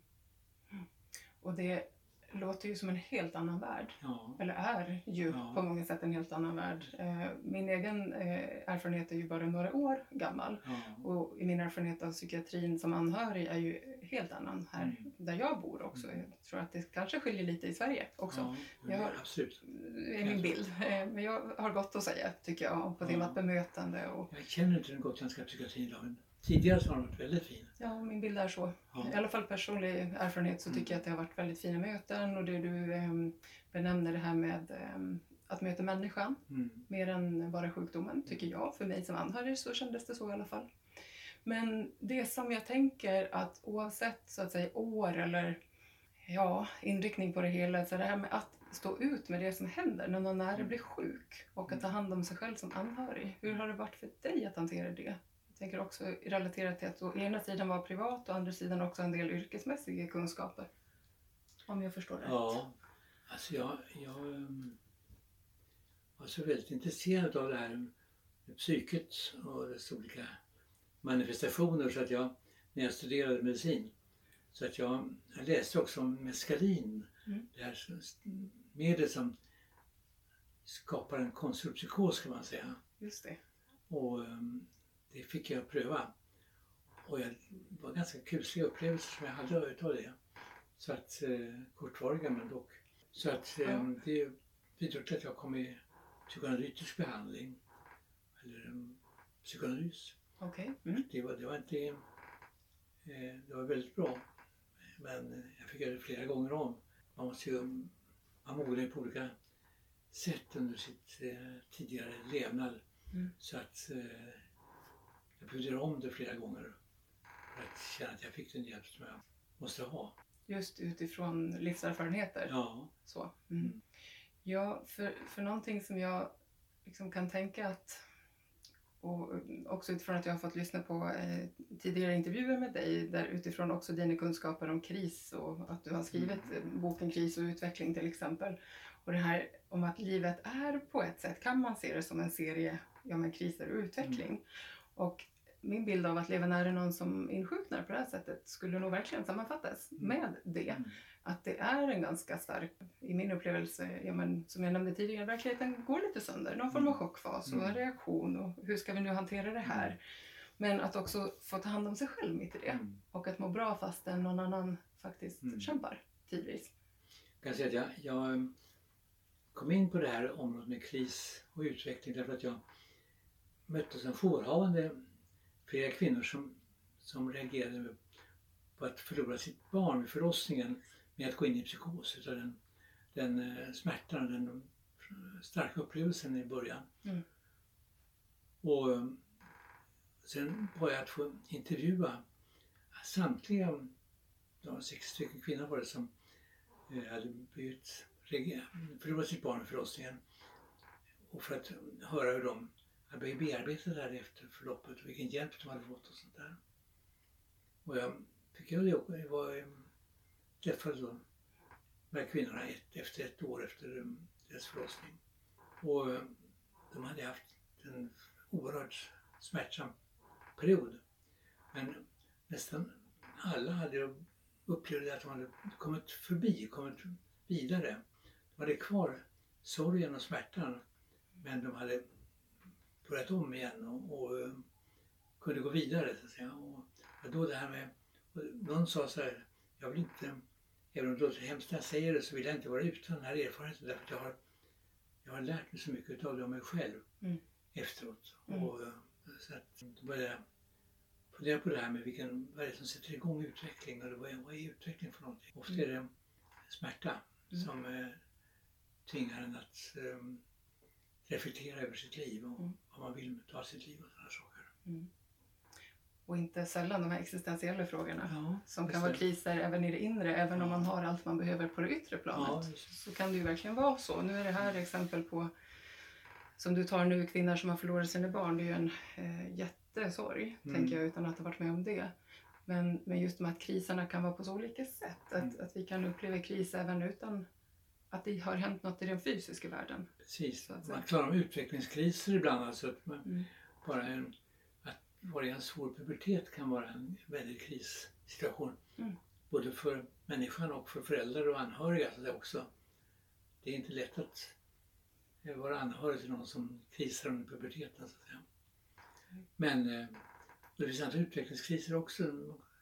Och det låter ju som en helt annan värld. Ja. Eller är ju ja. på många sätt en helt annan värld. Min egen erfarenhet är ju bara några år gammal. Ja. Och min erfarenhet av psykiatrin som anhörig är ju helt annan här mm. där jag bor också. Jag tror att det kanske skiljer lite i Sverige också. Ja, jag har, absolut. Det är min bild. Men jag har gott att säga tycker jag på temat ja. bemötande. Och... Jag känner inte den gotländska psykiatrin idag, men tidigare så har den varit väldigt fin. Ja, min bild är så. Ja. I alla fall personlig erfarenhet så tycker mm. jag att det har varit väldigt fina möten. Och det du eh, benämner det här med eh, att möta människan. Mm. Mer än bara sjukdomen tycker jag. För mig som anhörig så kändes det så i alla fall. Men det som jag tänker att oavsett så att säga år eller ja, inriktning på det hela. Så det här med att stå ut med det som händer när någon nära blir sjuk. Och att ta hand om sig själv som anhörig. Hur har det varit för dig att hantera det? Jag tänker också relaterat till att å ena sidan var privat och å andra sidan också en del yrkesmässiga kunskaper. Om jag förstår rätt. Ja, alltså jag, jag um, var så väldigt intresserad av det här med psyket och dess olika manifestationer så att jag, när jag studerade medicin, så att jag, jag läste också om meskalin, mm. det här medel som skapar en konstpsykos kan man säga. Just det. Och um, det fick jag pröva. Och jag, det var ganska kusliga upplevelser som jag hade utav det. Så att, eh, kortvariga men dock. Så att eh, ja. det bidrog till att jag kom i psykoanalytisk behandling. Eller um, psykoanalys. Okej. Okay. Mm. Det, var, det var inte... Eh, det var väldigt bra. Men jag fick göra det flera gånger om. Man måste ju... Man mognar på olika sätt under sitt eh, tidigare levnad. Mm. Så att... Eh, jag behövde göra om det flera gånger för att känna att jag fick den hjälp som jag måste ha. Just utifrån livserfarenheter? Ja. Så. Mm. Mm. Ja, för, för någonting som jag liksom kan tänka att, och också utifrån att jag har fått lyssna på eh, tidigare intervjuer med dig, där utifrån också dina kunskaper om kris och att du har skrivit mm. boken Kris och utveckling till exempel. Och det här om att livet är på ett sätt, kan man se det som en serie ja, med kriser och utveckling. Mm. Och min bild av att leva nära någon som insjuknar på det här sättet skulle nog verkligen sammanfattas mm. med det. Mm. Att det är en ganska stark, i min upplevelse, ja, men, som jag nämnde tidigare, verkligheten går lite sönder. Någon form av chockfas och en reaktion och hur ska vi nu hantera det här? Mm. Men att också få ta hand om sig själv mitt i det. Mm. Och att må bra fastän någon annan faktiskt mm. kämpar tidvis. Jag kan säga att jag, jag kom in på det här området med kris och utveckling därför att jag mötte som jourhavande flera kvinnor som, som reagerade på att förlora sitt barn vid förlossningen med att gå in i psykos utav den, den smärtan och den starka upplevelsen i början. Mm. Och sen var jag att få intervjua samtliga, de sex stycken kvinnor var det som hade blivit, förlorat sitt barn vid förlossningen. Och för att höra hur de jag började bearbeta det här efter förloppet och vilken hjälp de hade fått och sånt där. Och jag fick göra det också. Jag var, träffade då de här kvinnorna ett, efter ett år efter deras förlossning. Och de hade haft en oerhört smärtsam period. Men nästan alla hade upplevt att de hade kommit förbi, kommit vidare. De hade kvar sorgen och smärtan, men de hade börjat om igen och, och kunde gå vidare så att säga. Och, och då det här med, och någon sa så här, jag vill inte, även om det låter hemskt när jag säger det, så vill jag inte vara utan den här erfarenheten därför att jag har, jag har lärt mig så mycket av det om mig själv mm. efteråt. Mm. Och, så att då började jag fundera på det här med vilken, vad är det som sätter igång utveckling och vad är, vad är utveckling för någonting? Ofta är det smärta mm. som eh, tvingar en att eh, reflektera över sitt liv och mm. vad man vill ta sitt liv och sådana saker. Mm. Och inte sällan de här existentiella frågorna ja, som kan vara kriser även i det inre. Även ja. om man har allt man behöver på det yttre planet ja, så kan det ju verkligen vara så. Nu är det här exempel på, som du tar nu, kvinnor som har förlorat sina barn. Det är ju en eh, jättesorg, mm. tänker jag, utan att ha varit med om det. Men, men just med att kriserna kan vara på så olika sätt. Att, mm. att vi kan uppleva kris även utan att det har hänt något i den fysiska världen. Precis, man klarar om utvecklingskriser ibland. Alltså att man mm. bara en, att vara i en svår pubertet kan vara en väldigt krissituation. Mm. Både för människan och för föräldrar och anhöriga. Så det, också, det är inte lätt att vara anhörig till någon som krisar under puberteten. Så att säga. Mm. Men eh, det finns andra utvecklingskriser också.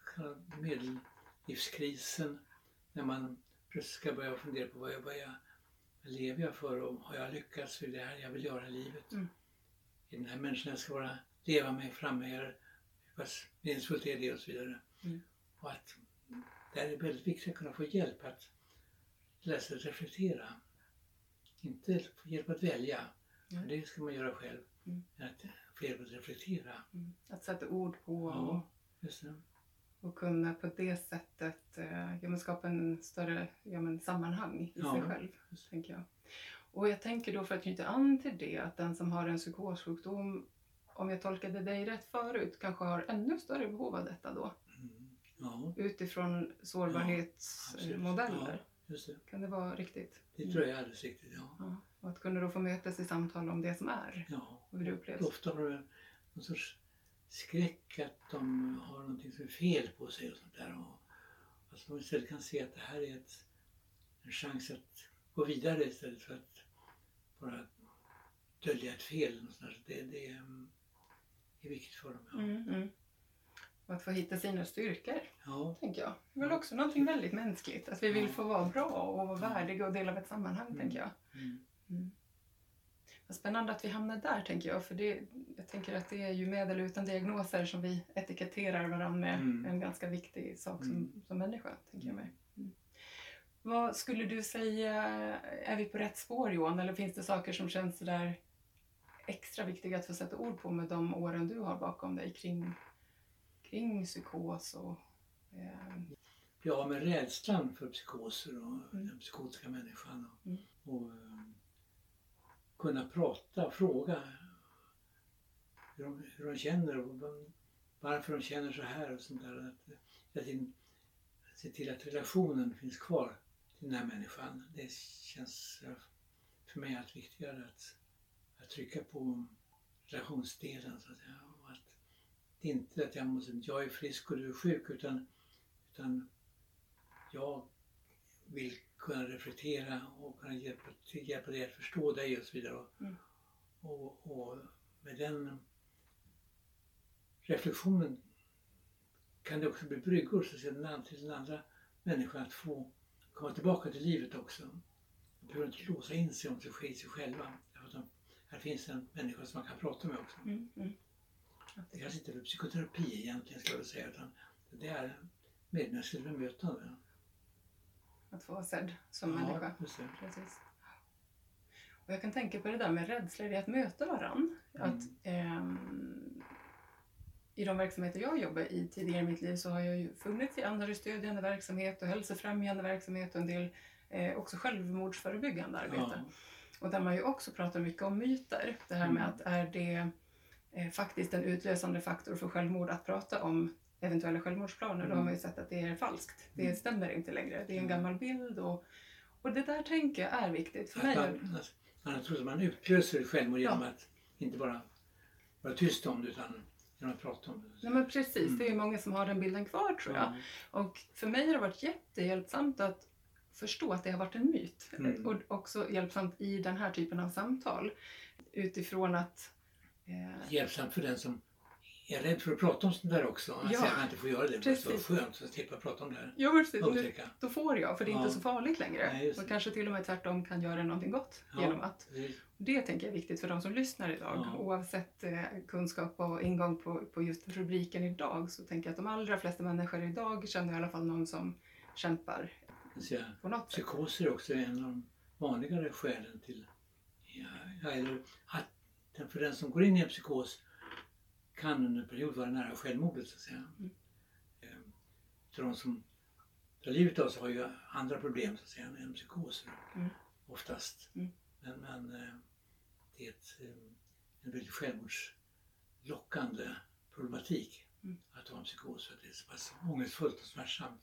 Medellivskrisen. När man ska börja fundera på vad jag, vad jag vad lever jag för och har jag lyckats för det här jag vill göra i livet. Mm. I den här människan jag ska vara, leva mig framme här. Hur meningsfullt är det och så vidare. Mm. Och att det är väldigt viktigt att kunna få hjälp att läsa och reflektera. Inte få hjälp att välja. Mm. För det ska man göra själv. Mm. Att få hjälp att reflektera. Mm. Att sätta ord på ja, och, just det. och kunna på det sättet eh, ja, skapa en större ja, men, sammanhang i ja, sig själv. Tänker jag. Och jag tänker då, för att knyta an till det, att den som har en psykossjukdom, om jag tolkade dig rätt förut, kanske har ännu större behov av detta då. Mm. Ja. Utifrån sårbarhetsmodeller. Ja, just det. Kan det vara riktigt? Det tror jag är alldeles riktigt, ja. ja. Och att kunna då få mötas i samtal om det som är. Ja. Och hur det upplevs. Ofta har det någon sorts skräck att de har någonting som är fel på sig och sånt där. Och att de istället kan se att det här är ett, en chans att gå vidare istället för att bara dölja ett fel. Och sånt där. Det, det är, är viktigt för dem. Ja. Mm, mm. Och att få hitta sina styrkor, ja. tänker jag. Det är väl också någonting väldigt mänskligt. Att vi vill ja. få vara bra och vara värdiga och dela av ett sammanhang, mm. tänker jag. Mm. Mm. Vad spännande att vi hamnar där, tänker jag. För det, jag tänker att det är ju med eller utan diagnoser som vi etiketterar varandra med mm. en ganska viktig sak som, mm. som människa, tänker jag mig. Mm. Vad skulle du säga, är vi på rätt spår, Johan? Eller finns det saker som känns där extra viktiga att få sätta ord på med de åren du har bakom dig kring, kring psykos och... Eh... Ja, med rädslan för psykoser och mm. den psykotiska människan. Och, mm. och kunna prata och fråga hur de, hur de känner och varför de känner så här och sånt där. Att, att se till att relationen finns kvar till den här människan. Det känns för mig allt viktigare att, att trycka på relationsdelen, så att säga. Och att det inte att jag måste, jag är frisk och du är sjuk, utan, utan jag vill kunna reflektera och kunna hjälpa, hjälpa dig att förstå dig och så vidare. Mm. Och, och med den reflektionen kan det också bli bryggor så att den, till den andra människan att få komma tillbaka till livet också. Man behöver inte låsa in sig om sig, sig själva. För här finns en människa som man kan prata med också. Mm. Mm. Det kanske inte är psykoterapi egentligen, ska jag säga, utan det är medmänskligt bemötande. Att få vara sedd som ja, människa. Precis. Precis. Och jag kan tänka på det där med rädsla, det är att möta varann. Mm. Att, ehm, i de verksamheter jag jobbar i tidigare i mitt liv så har jag ju funnits i anhörigstödjande verksamhet och hälsofrämjande verksamhet och en del eh, också självmordsförebyggande arbete. Ja. Och där man ju också pratar mycket om myter. Det här med mm. att är det eh, faktiskt en utlösande faktor för självmord att prata om eventuella självmordsplaner, mm. då har man ju sett att det är falskt. Det stämmer inte längre. Det är en gammal bild och, och det där tänker jag är viktigt för att mig. Man, alltså, man tror att man utlöser självmord genom ja. att inte bara vara tyst om det, utan genom att prata om det. Ja, men precis, mm. det är många som har den bilden kvar, tror jag. Mm. Och för mig har det varit jättehjälpsamt att förstå att det har varit en myt. Mm. Och också hjälpsamt i den här typen av samtal. Utifrån att... Eh... Hjälpsamt för den som Jag är rädd för att prata om sånt där också. Att Ja, säga att man inte får göra det. precis. Det är så skönt att slippa prata om det här. Ja, precis. Upptäcka. Då får jag, för det är Ja. inte så farligt längre. Nej, just och det. kanske till och med tvärtom kan göra någonting gott Ja, genom att. precis. Det tänker jag är viktigt för de som lyssnar idag. Ja. Oavsett eh, kunskap och ingång på, på just rubriken idag, så tänker jag att de allra flesta människor idag känner i alla fall någon som kämpar Så jag, på något sätt. psykoser är också en av de vanligare skälen till, ja, eller att den, för den som går in i en psykos kan under en period vara nära självmordet, så att säga. Mm. Ehm, Så de som tar livet av sig har ju andra problem, så att säga, än psykoser Mm. oftast. Mm. Men, men eh, det är ett, eh, en väldigt självmordslockande problematik Mm. att ha en psykos, för att det är så pass ångestfullt och smärtsamt.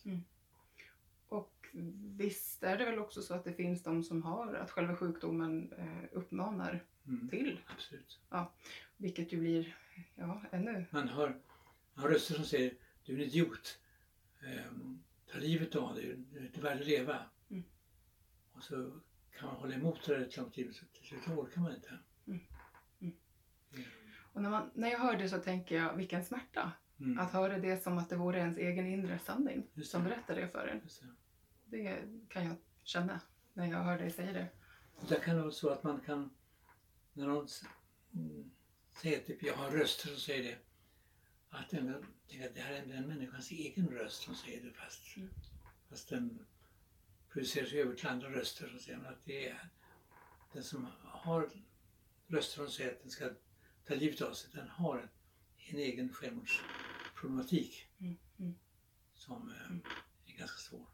Och visst är det väl också så att det finns de som har att själva sjukdomen eh, uppmanar Mm. till. Absolut. Vilket ju blir ja, ännu. Man hör, man hör röster som säger, du är en idiot, ehm, ta livet av dig, du är inte värd att leva. Mm. Och så kan man hålla emot det rätt lång tid, så till slut orkar man inte. Mm. Mm. Ehm, Och när, man, när jag hör det så tänker jag vilken smärta. Mm. Att höra det som att det vore ens egen inre sanning Just som det. berättar det för en. Just det. Det kan jag känna när jag hör dig säga det. Och där kan det vara så att man kan, när någon s- mm, säger typ, jag har röster som säger det, att den tänker att det här är den människans egen röst som säger det, fast, Mm. fast den produceras över till andra röster, så säger man att det är den som har röster som säger att den ska ta livet av sig, den har en, en egen självmordsproblematik Mm. Mm. som eh, Mm. är ganska svår.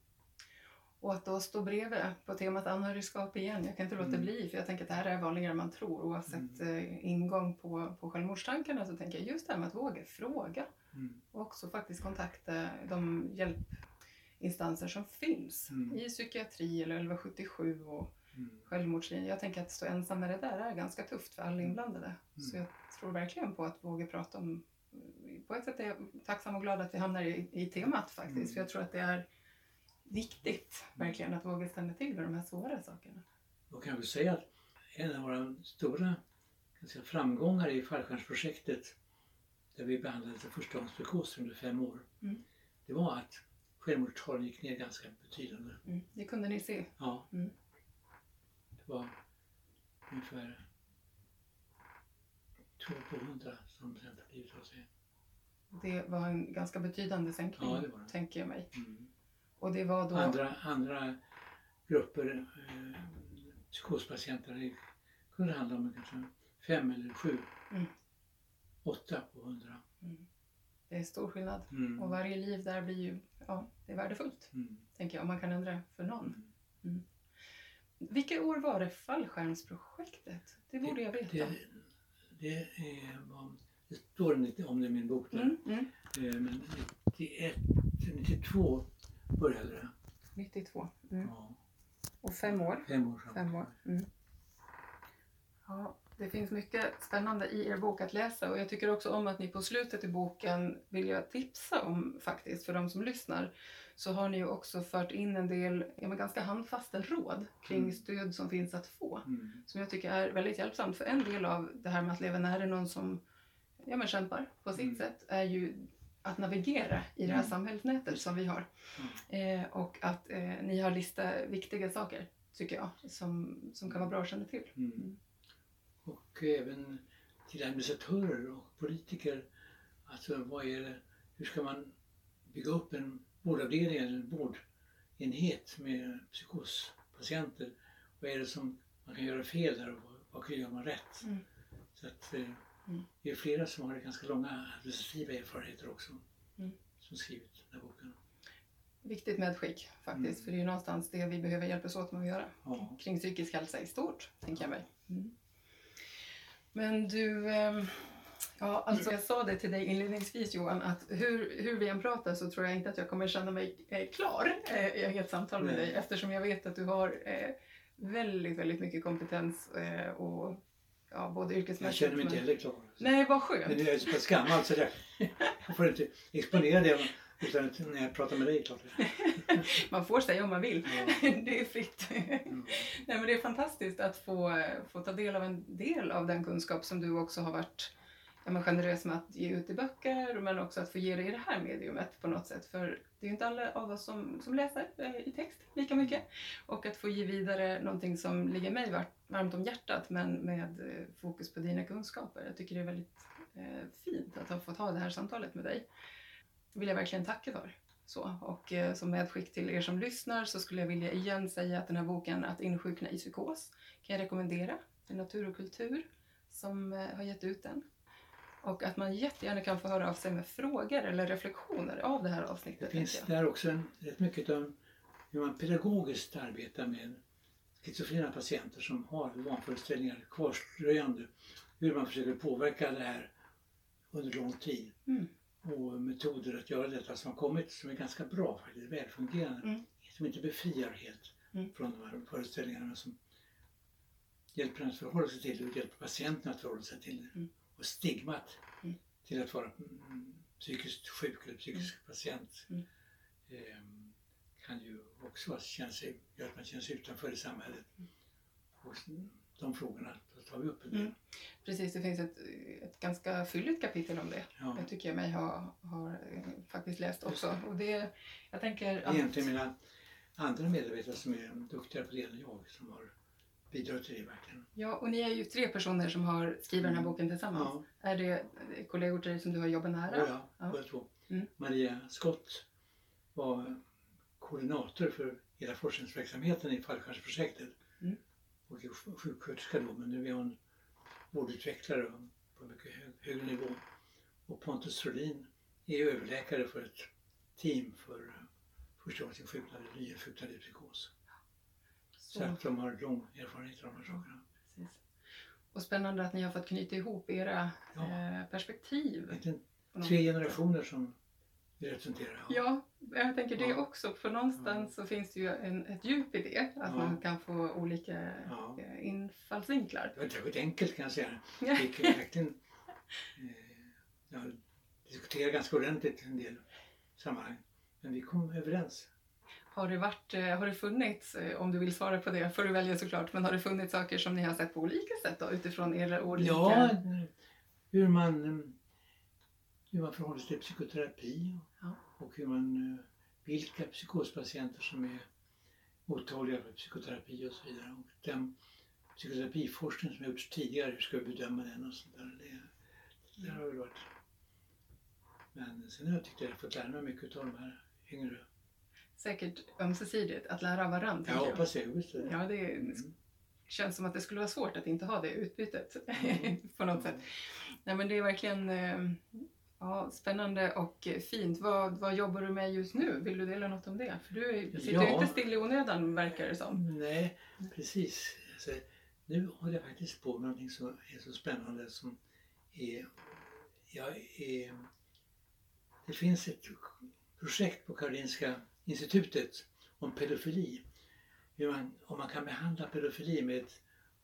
Och att då stå bredvid på temat anhörigskap igen. Jag kan inte låta Mm. bli, för jag tänker att det här är vanligare än man tror. Oavsett Mm. eh, ingång på, på självmordstankarna, så tänker jag just det här med att våga fråga. Mm. Och också faktiskt kontakta de hjälpinstanser som finns Mm. i psykiatri eller elva sjuttiosju och Mm. självmordslinjen. Jag tänker att stå ensam med det där är ganska tufft för alla inblandade. Mm. Så jag tror verkligen på att våga prata om. På ett sätt är jag tacksam och glad att vi hamnar i, i temat faktiskt. Mm. För jag tror att det är viktigt verkligen att våga ställa till med de här svåra sakerna. Då kan vi säga att en av våra stora kan jag säga, framgångar i fallskärmsprojektet, där vi behandlade förstagångspsykoser under fem år, Mm. det var att självmordstalen gick ner ganska betydande. Mm. Det kunde ni se. Ja. Mm. Det var ungefär två på hundra som sen tog livet av sig. Det var en ganska betydande sänkning, Ja, det var det. tänker jag mig. Mm. Och det var då... Andra, andra grupper, eh, psykospatienter, det kunde handla om kanske fem eller sju, Mm. åtta på hundra. Mm. Det är stor skillnad. Mm. Och varje liv där blir ju, ja, det är värdefullt, Mm. tänker jag, om man kan ändra för någon. Mm. Mm. Vilka år var det fallskärmsprojektet? Det borde jag veta. Det, det, är, vad- det står lite om det i min bok där. Mm, mm. Eh, Men nittioett, nittiotvå började det. nittiotvå. Mm. Ja, Och fem år. fem år sedan. Fem år. Mm. Ja, det finns mycket spännande i er bok att läsa, och jag tycker också om att ni på slutet i boken, vill jag tipsa om faktiskt för de som lyssnar, så har ni ju också fört in en del ja, men ganska handfasta råd kring Mm. stöd som finns att få. Mm. Som jag tycker är väldigt hjälpsamt. För en del av det här med att leva nära någon som ja, men kämpar på sitt Mm. sätt är ju att navigera i det här Mm. samhällsnätet som vi har. Mm. Eh, och att eh, ni har listat viktiga saker, tycker jag, som, som kan vara bra att känna till. Mm. Och även till administratörer och politiker. Alltså vad är det, hur ska man bygga upp en vårdavdelning eller en vårdenhet med psykospatienter? Vad är det som man kan göra fel där och vad, vad gör man rätt? Mm. Så att eh, Mm. det är flera som har ganska långa administrativa erfarenheter också Mm. som skrivit den här boken. Viktigt medskick faktiskt, Mm. för det är ju någonstans det vi behöver hjälpas åt med att göra. Ja. Kring psykisk hälsa i stort, tänker jag mig. Mm. Men du, ehm, ja alltså jag sa det till dig inledningsvis Johan, att hur, hur vi än pratar så tror jag inte att jag kommer känna mig eh, klar eh, i ett samtal med Nej. dig, eftersom jag vet att du har eh, väldigt, väldigt mycket kompetens eh, och ja, både Jag yrkesmässigt. känner mig inte men- heller klar. Nej, vad skönt. Men nu är jag så pass gammal så jag, jag får inte exponera det utan att när jag pratar med dig. Klart. Man får säga om man vill. Ja. Det är fritt. Mm. Nej, men det är fantastiskt att få, få ta del av en del av den kunskap som du också har varit ja, men generös med att ge ut i böcker, men också att få ge det i det här mediumet på något sätt. För det är ju inte alla av oss som, som läser eh, i text lika mycket. Och att få ge vidare någonting som ligger mig var, varmt om hjärtat, men med eh, fokus på dina kunskaper. Jag tycker det är väldigt eh, fint att ha fått ha det här samtalet med dig. Det vill jag verkligen tacka för. Så, och eh, som medskick till er som lyssnar så skulle jag vilja igen säga att den här boken Att insjukna i psykos kan jag rekommendera. Det är Natur och kultur som eh, har gett ut den. Och att man jättegärna kan få höra av sig med frågor eller reflektioner av det här avsnittet. Det finns där också en, rätt mycket om hur man pedagogiskt arbetar med schizofrena patienter som har vanföreställningar kvarströjande. Hur man försöker påverka det här under lång tid. Mm. Och metoder att göra detta som har kommit som är ganska bra faktiskt, välfungerande. Mm. Som inte befriar helt mm. från de här föreställningarna men som hjälper en att förhålla sig till det och hjälper patienten att förhålla sig till det. Mm. Och stigmat mm. till att vara mm, psykiskt sjuk eller psykisk mm. patient mm. Eh, kan ju också känna sig, göra att man känner sig utanför i samhället. Mm. Och de frågorna då tar vi upp en del. Mm. Precis, det finns ett, ett ganska fylligt kapitel om det. Ja. Jag tycker jag mig har, har faktiskt läst också. Och det, jag tänker att... Det är egentligen mina andra medarbetare som är duktigare på det än jag som har bidragit till det verkligen. Ja, och ni är ju tre personer som har skrivit mm. den här boken tillsammans. Ja. Är det kollegor till dig som du har jobbat nära? Ja, ja, ja. Båda två. Mm. Maria Skott var koordinator för hela forskningsverksamheten i fallskärmsprojektet. Mm. Och sjuksköterska då, men nu är hon vårdutvecklare på mycket hög, högre nivå. Och Pontus Trolin är överläkare för ett team för förståelsefunknade, nyinsjuknade i psykos. Så. så att de har lång erfarenhet av de här sakerna. Precis. Och spännande att ni har fått knyta ihop era ja. eh, perspektiv. Tre generationer som vi representerar. Ja, ja jag tänker det ja. också. För någonstans ja. så finns det ju en, ett djup i det. Att ja. man kan få olika ja. infallsvinklar. Det var inte riktigt enkelt kan jag säga. Vi gick verkligen eh, ja, diskutera ganska ordentligt en del sammanhang. Men vi kom överens. Har det, varit, har det funnits, om du vill svara på det, får du välja såklart, men har det funnits saker som ni har sett på olika sätt då, utifrån era olika... Ja, hur man, hur man förhåller sig till psykoterapi ja. och hur man, vilka psykospatienter som är mottagliga för psykoterapi och så vidare. Och den psykoterapiforskning som har gjorts tidigare, hur ska vi bedöma den och sånt där. Det, det har väl varit... Men sen har jag tyckt att jag har fått lära mig mycket av de här yngre. Säkert ömsesidigt att lära av varandra. Jag hoppas jag. Just det. Ja, det mm. känns som att det skulle vara svårt att inte ha det utbytet mm. på något sätt. Nej, men det är verkligen ja, spännande och fint. Vad, vad jobbar du med just nu? Vill du dela något om det? För du sitter ja. ju inte still i onödan, verkar det som. Nej, precis. Alltså, nu håller jag faktiskt på med någonting som är så spännande som är... Jag är det finns ett projekt på Karolinska institutet om pedofili. Hur man, om man kan behandla pedofili med ett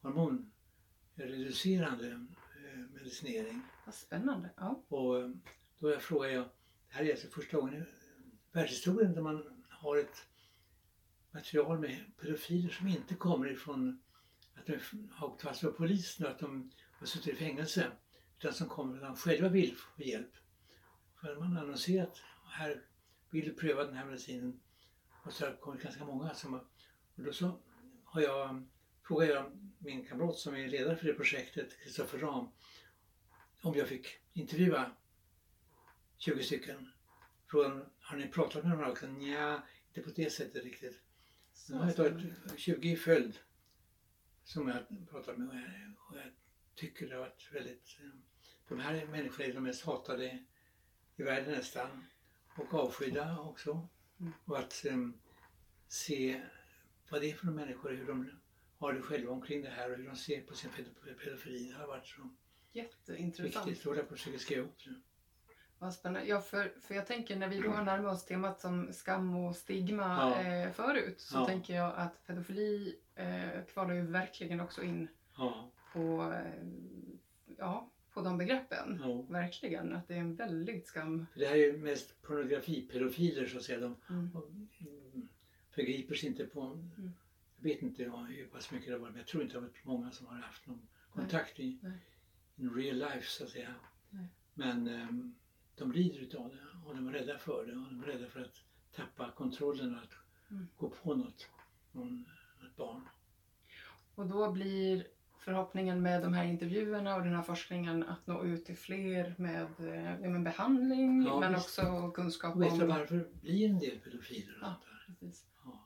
hormonreducerande eh, medicinering. Vad spännande. Ja. Och då jag frågar jag, det här är alltså första gången i världshistorien där man har ett material med pedofiler som inte kommer ifrån att de har åkt fast av polisen och att de har suttit i fängelse. Utan som kommer att de själva vill få hjälp. För man har annonserat, här vill du pröva den här medicinen. Och så har det kommit ganska många som har, och då så har jag, frågar jag min kamrat som är ledare för det projektet, Kristoffer Ram, om jag fick intervjua tjugo stycken. Frågan, har ni pratat med dem här också? Nja, inte på det sättet riktigt. Så jag har tagit tjugo i följd som jag har pratat med och jag tycker det har varit väldigt, de här människorna är de mest hatade i världen nästan och avskydda också. Mm. Och att um, se vad det är för människor, hur de har det själva omkring det här och hur de ser på sin pedofili. Det har varit så jätteintressant. Viktigt. Jag håller på att försöka skriva upp nu. Vad spännande. Ja, för, för jag tänker när vi då har närmat oss temat som skam och stigma ja. eh, förut så ja. tänker jag att pedofili eh, kvalar ju verkligen också in ja. på, eh, ja, på de begreppen. Ja. Verkligen. Att det är en väldigt skam. För det här är ju mest pornografipedofiler så att säga. De mm. förgriper sig inte på, mm. jag vet inte hur pass mycket det var, men jag tror inte det har varit många som har haft någon kontakt Nej. i Nej. in real life så att säga. Nej. Men eh, de lider utav det och de är rädda för det och de är rädda för att tappa kontrollen och att mm. gå på något, någon, ett barn. Och då blir förhoppningen med de här intervjuerna och den här forskningen att nå ut till fler med, ja, med behandling, ja, men visst. Också kunskap om... Vet du varför blir en del pedofiler och ja, sånt där? Precis. Ja.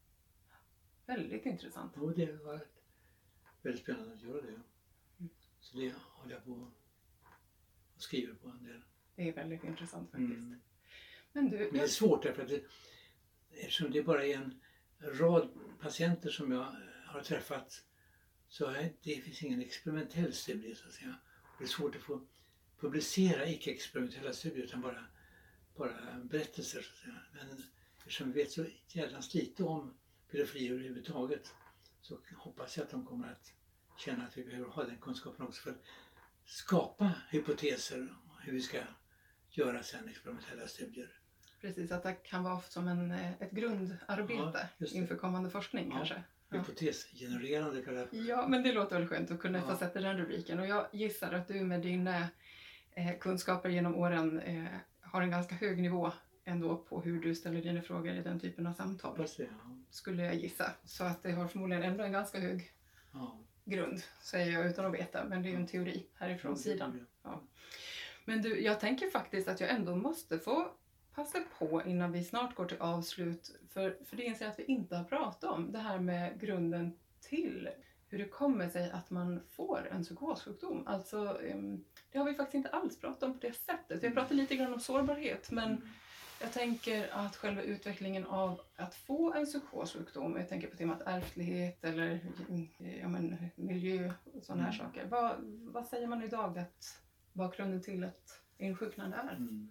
Väldigt intressant. Ja, det var väldigt spännande att göra det. Mm. Så det håller jag på och skriver på en del. Det är väldigt intressant faktiskt. Mm. Men, du, men det är svårt därför att det, eftersom det bara är en rad patienter som jag har träffat, så är, det finns ingen experimentell studie så att säga. Och det är svårt att få publicera icke-experimentella studier utan bara, bara berättelser så att säga. Men eftersom vi vet så jävla lite om pedofili överhuvudtaget så hoppas jag att de kommer att känna att vi behöver ha den kunskapen också för att skapa hypoteser hur vi ska göra sen experimentella studier. Precis, att det kan vara som en, ett grundarbete ja, inför kommande forskning ja, kanske. Hypotesgenererande kallar jag. Ja, men det låter väl skönt att kunna ja. få sätta den rubriken. Och jag gissar att du med dina eh, kunskaper genom åren eh, har en ganska hög nivå ändå på hur du ställer dina frågor i den typen av samtal. Fast det, ja. Skulle jag gissa. Så att det har förmodligen ändå en ganska hög ja. grund, säger jag utan att veta. Men det är ju en teori härifrån ja, sidan. Ja. Men du, jag tänker faktiskt att jag ändå måste få passa på innan vi snart går till avslut. För, för det inser jag att vi inte har pratat om. Det här med grunden till hur det kommer sig att man får en psykossjukdom. Alltså, det har vi faktiskt inte alls pratat om på det sättet. Vi har pratat lite grann om sårbarhet. Men mm. jag tänker att själva utvecklingen av att få en psykossjukdom. Jag tänker på temat ärftlighet eller ja, men, miljö och sådana här mm. saker. Vad, vad säger man idag att bakgrunden till ett insjuknande är? Mm.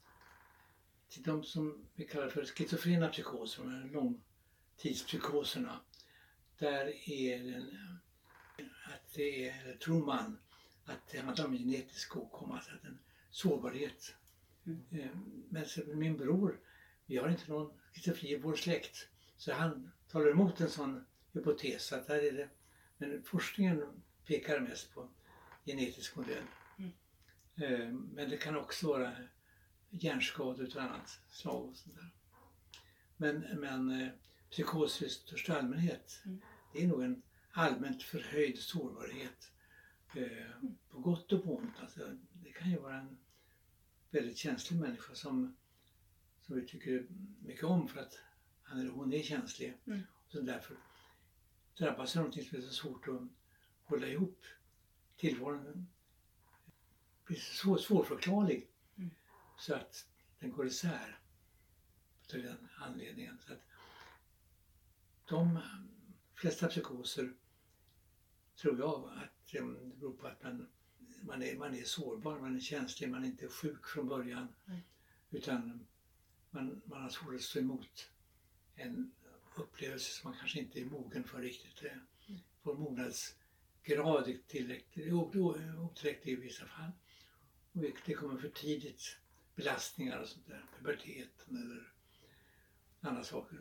Till de som vi kallar för schizofrena psykoser, de här långtidspsykoserna, där är den, att det är, eller tror man, att det handlar om genetisk åkomma, alltså att en sårbarhet. Mm. Men min bror, vi har inte någon schizofren i vår släkt, så han talar emot en sån hypotes, att där är det, men forskningen pekar mest på genetisk modell. Mm. Men det kan också vara hjärnskador utav annat slag och sånt där. Men, men eh, psykos i största allmänhet, mm. det är nog en allmänt förhöjd sårbarhet. Eh, mm. På gott och på ont. Alltså, det kan ju vara en väldigt känslig människa som, som vi tycker mycket om för att han eller hon är känslig. Mm. Och så därför drabbas av någonting som är så svårt att hålla ihop. Tillvaron blir så svårförklarlig. Så att den går isär av den anledningen. Så att de flesta psykoser tror jag att det beror på att man, man, är, man är sårbar, man är känslig, man är inte sjuk från början. Mm. Utan man, man har svårt att stå emot en upplevelse som man kanske inte är mogen för riktigt. Mm. Vår mognadsgrad är tillräcklig, otillräcklig i vissa fall. Och det kommer för tidigt. Belastningar och sånt där, puberteten eller andra saker.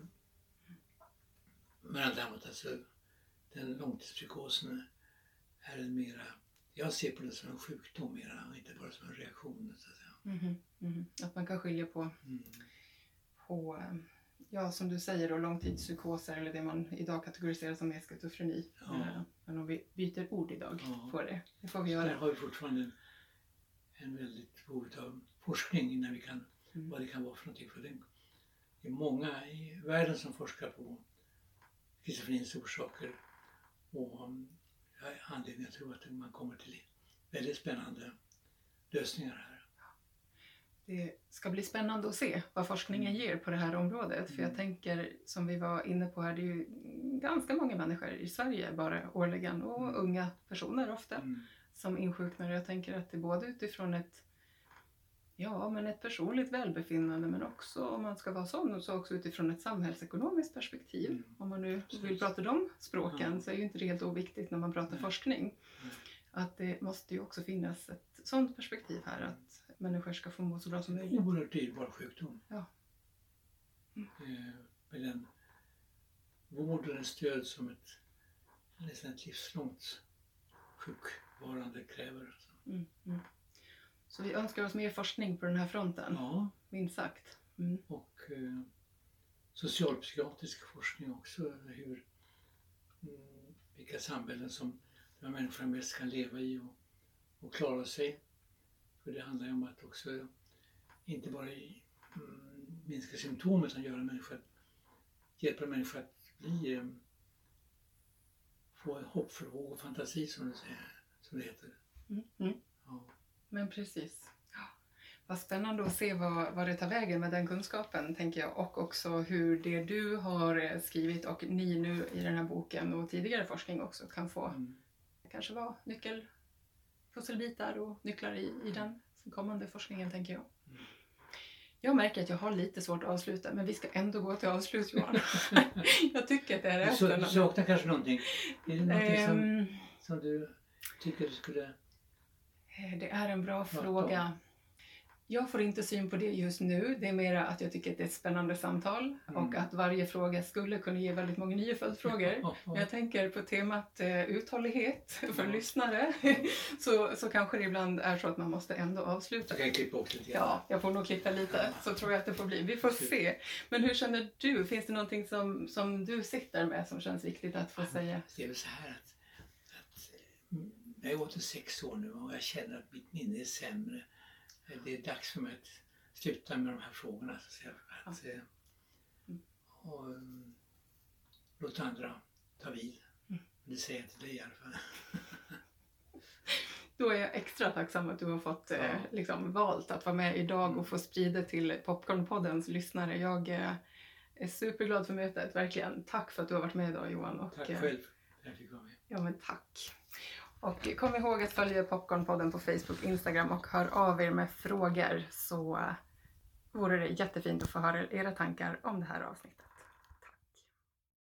Men däremot alltså, den långtidspsykosen är en mera, jag ser på det som en sjukdom mera och inte bara som en reaktion så att säga. Mm-hmm. Mm-hmm. Att man kan skilja på, mm. på ja som du säger då, långtidspsykoser eller det man idag kategoriserar som schizofreni. Ja. Men om vi byter ord idag ja. på det, det får vi göra. Där har vi fortfarande en, en väldigt behov av forskning innan vi kan, mm. vad det kan vara för någonting. För det är många i världen som forskar på schizofrenins orsaker och jag har anledning att tro att man kommer till väldigt spännande lösningar här. Det ska bli spännande att se vad forskningen mm. ger på det här området. Mm. För jag tänker, som vi var inne på här, det är ju ganska många människor i Sverige bara årligen och mm. unga personer ofta mm. som insjuknar. Jag tänker att det är både utifrån ett Ja, men ett personligt välbefinnande, men också om man ska vara sån, så också utifrån ett samhällsekonomiskt perspektiv. Mm. Om man nu vill prata de språken, ja. så är ju inte det helt oviktigt när man pratar Nej. forskning. Nej. Att det måste ju också finnas ett sånt perspektiv här, att människor ska få må så bra som möjligt. En oerhört dyrbar sjukdom. Ja. Mm. Eh, med den vård och den stöd som ett, nästan ett livslångt sjukvarande kräver. Mm. Mm. Så vi önskar oss mer forskning på den här fronten, Ja. minst sagt. Mm. Och eh, socialpsykiatrisk forskning också. Hur, mm, vilka samhällen som de här människorna mest kan leva i och, och klara sig. För det handlar ju om att också inte bara i, mm, minska symptom utan göra människor, hjälpa människor att bli, eh, få en hoppfull och fantasi som det, säger, som det heter. Mm. Mm. Ja. Men precis. Ja. Vad spännande att se vad, vad det tar vägen med den kunskapen, tänker jag. Och också hur det du har skrivit och ni nu i den här boken och tidigare forskning också kan få Mm. kanske vara nyckelpusselbitar och nycklar i, i den kommande forskningen, tänker jag. Mm. Jag märker att jag har lite svårt att avsluta, men vi ska ändå gå till avslut, Johan. Jag tycker att det är Du så- rätt. du saknar kanske någonting? Är det någonting som, Ehm, som du tycker du skulle... Det är en bra Prata fråga. Jag får inte syn på det just nu. Det är mer att jag tycker att det är ett spännande samtal. Mm. Och att varje fråga skulle kunna ge väldigt många nya följdfrågor. Ja, Men ja. jag tänker på temat eh, uthållighet för Ja. lyssnare. så, så kanske det ibland är så att man måste ändå avsluta. Jag kan klippa också lite grann. Ja, jag får nog klippa lite. Så tror jag att det får bli. Vi får se. Men hur känner du? Finns det någonting som, som du sitter med som känns viktigt att få säga? Det är väl så här att, att mm, jag är åttiosex år nu och jag känner att mitt minne är sämre. Det är dags för mig att sluta med de här frågorna. Så att säga, att, eh, och um, låta andra ta vid. Mm. Det säger jag till dig i alla fall. Då är jag extra tacksam att du har fått Ja. eh, liksom, valt att vara med idag och få sprida till Popcornpoddens lyssnare. Jag eh, är superglad för mötet, verkligen. Tack för att du har varit med idag, Johan. Och, Tack eh, själv för att jag fick vara med. Ja, men tack. Och kom ihåg att följa Popcornpodden på Facebook, Instagram och hör av er med frågor, så eh, vore det jättefint att få höra era tankar om det här avsnittet.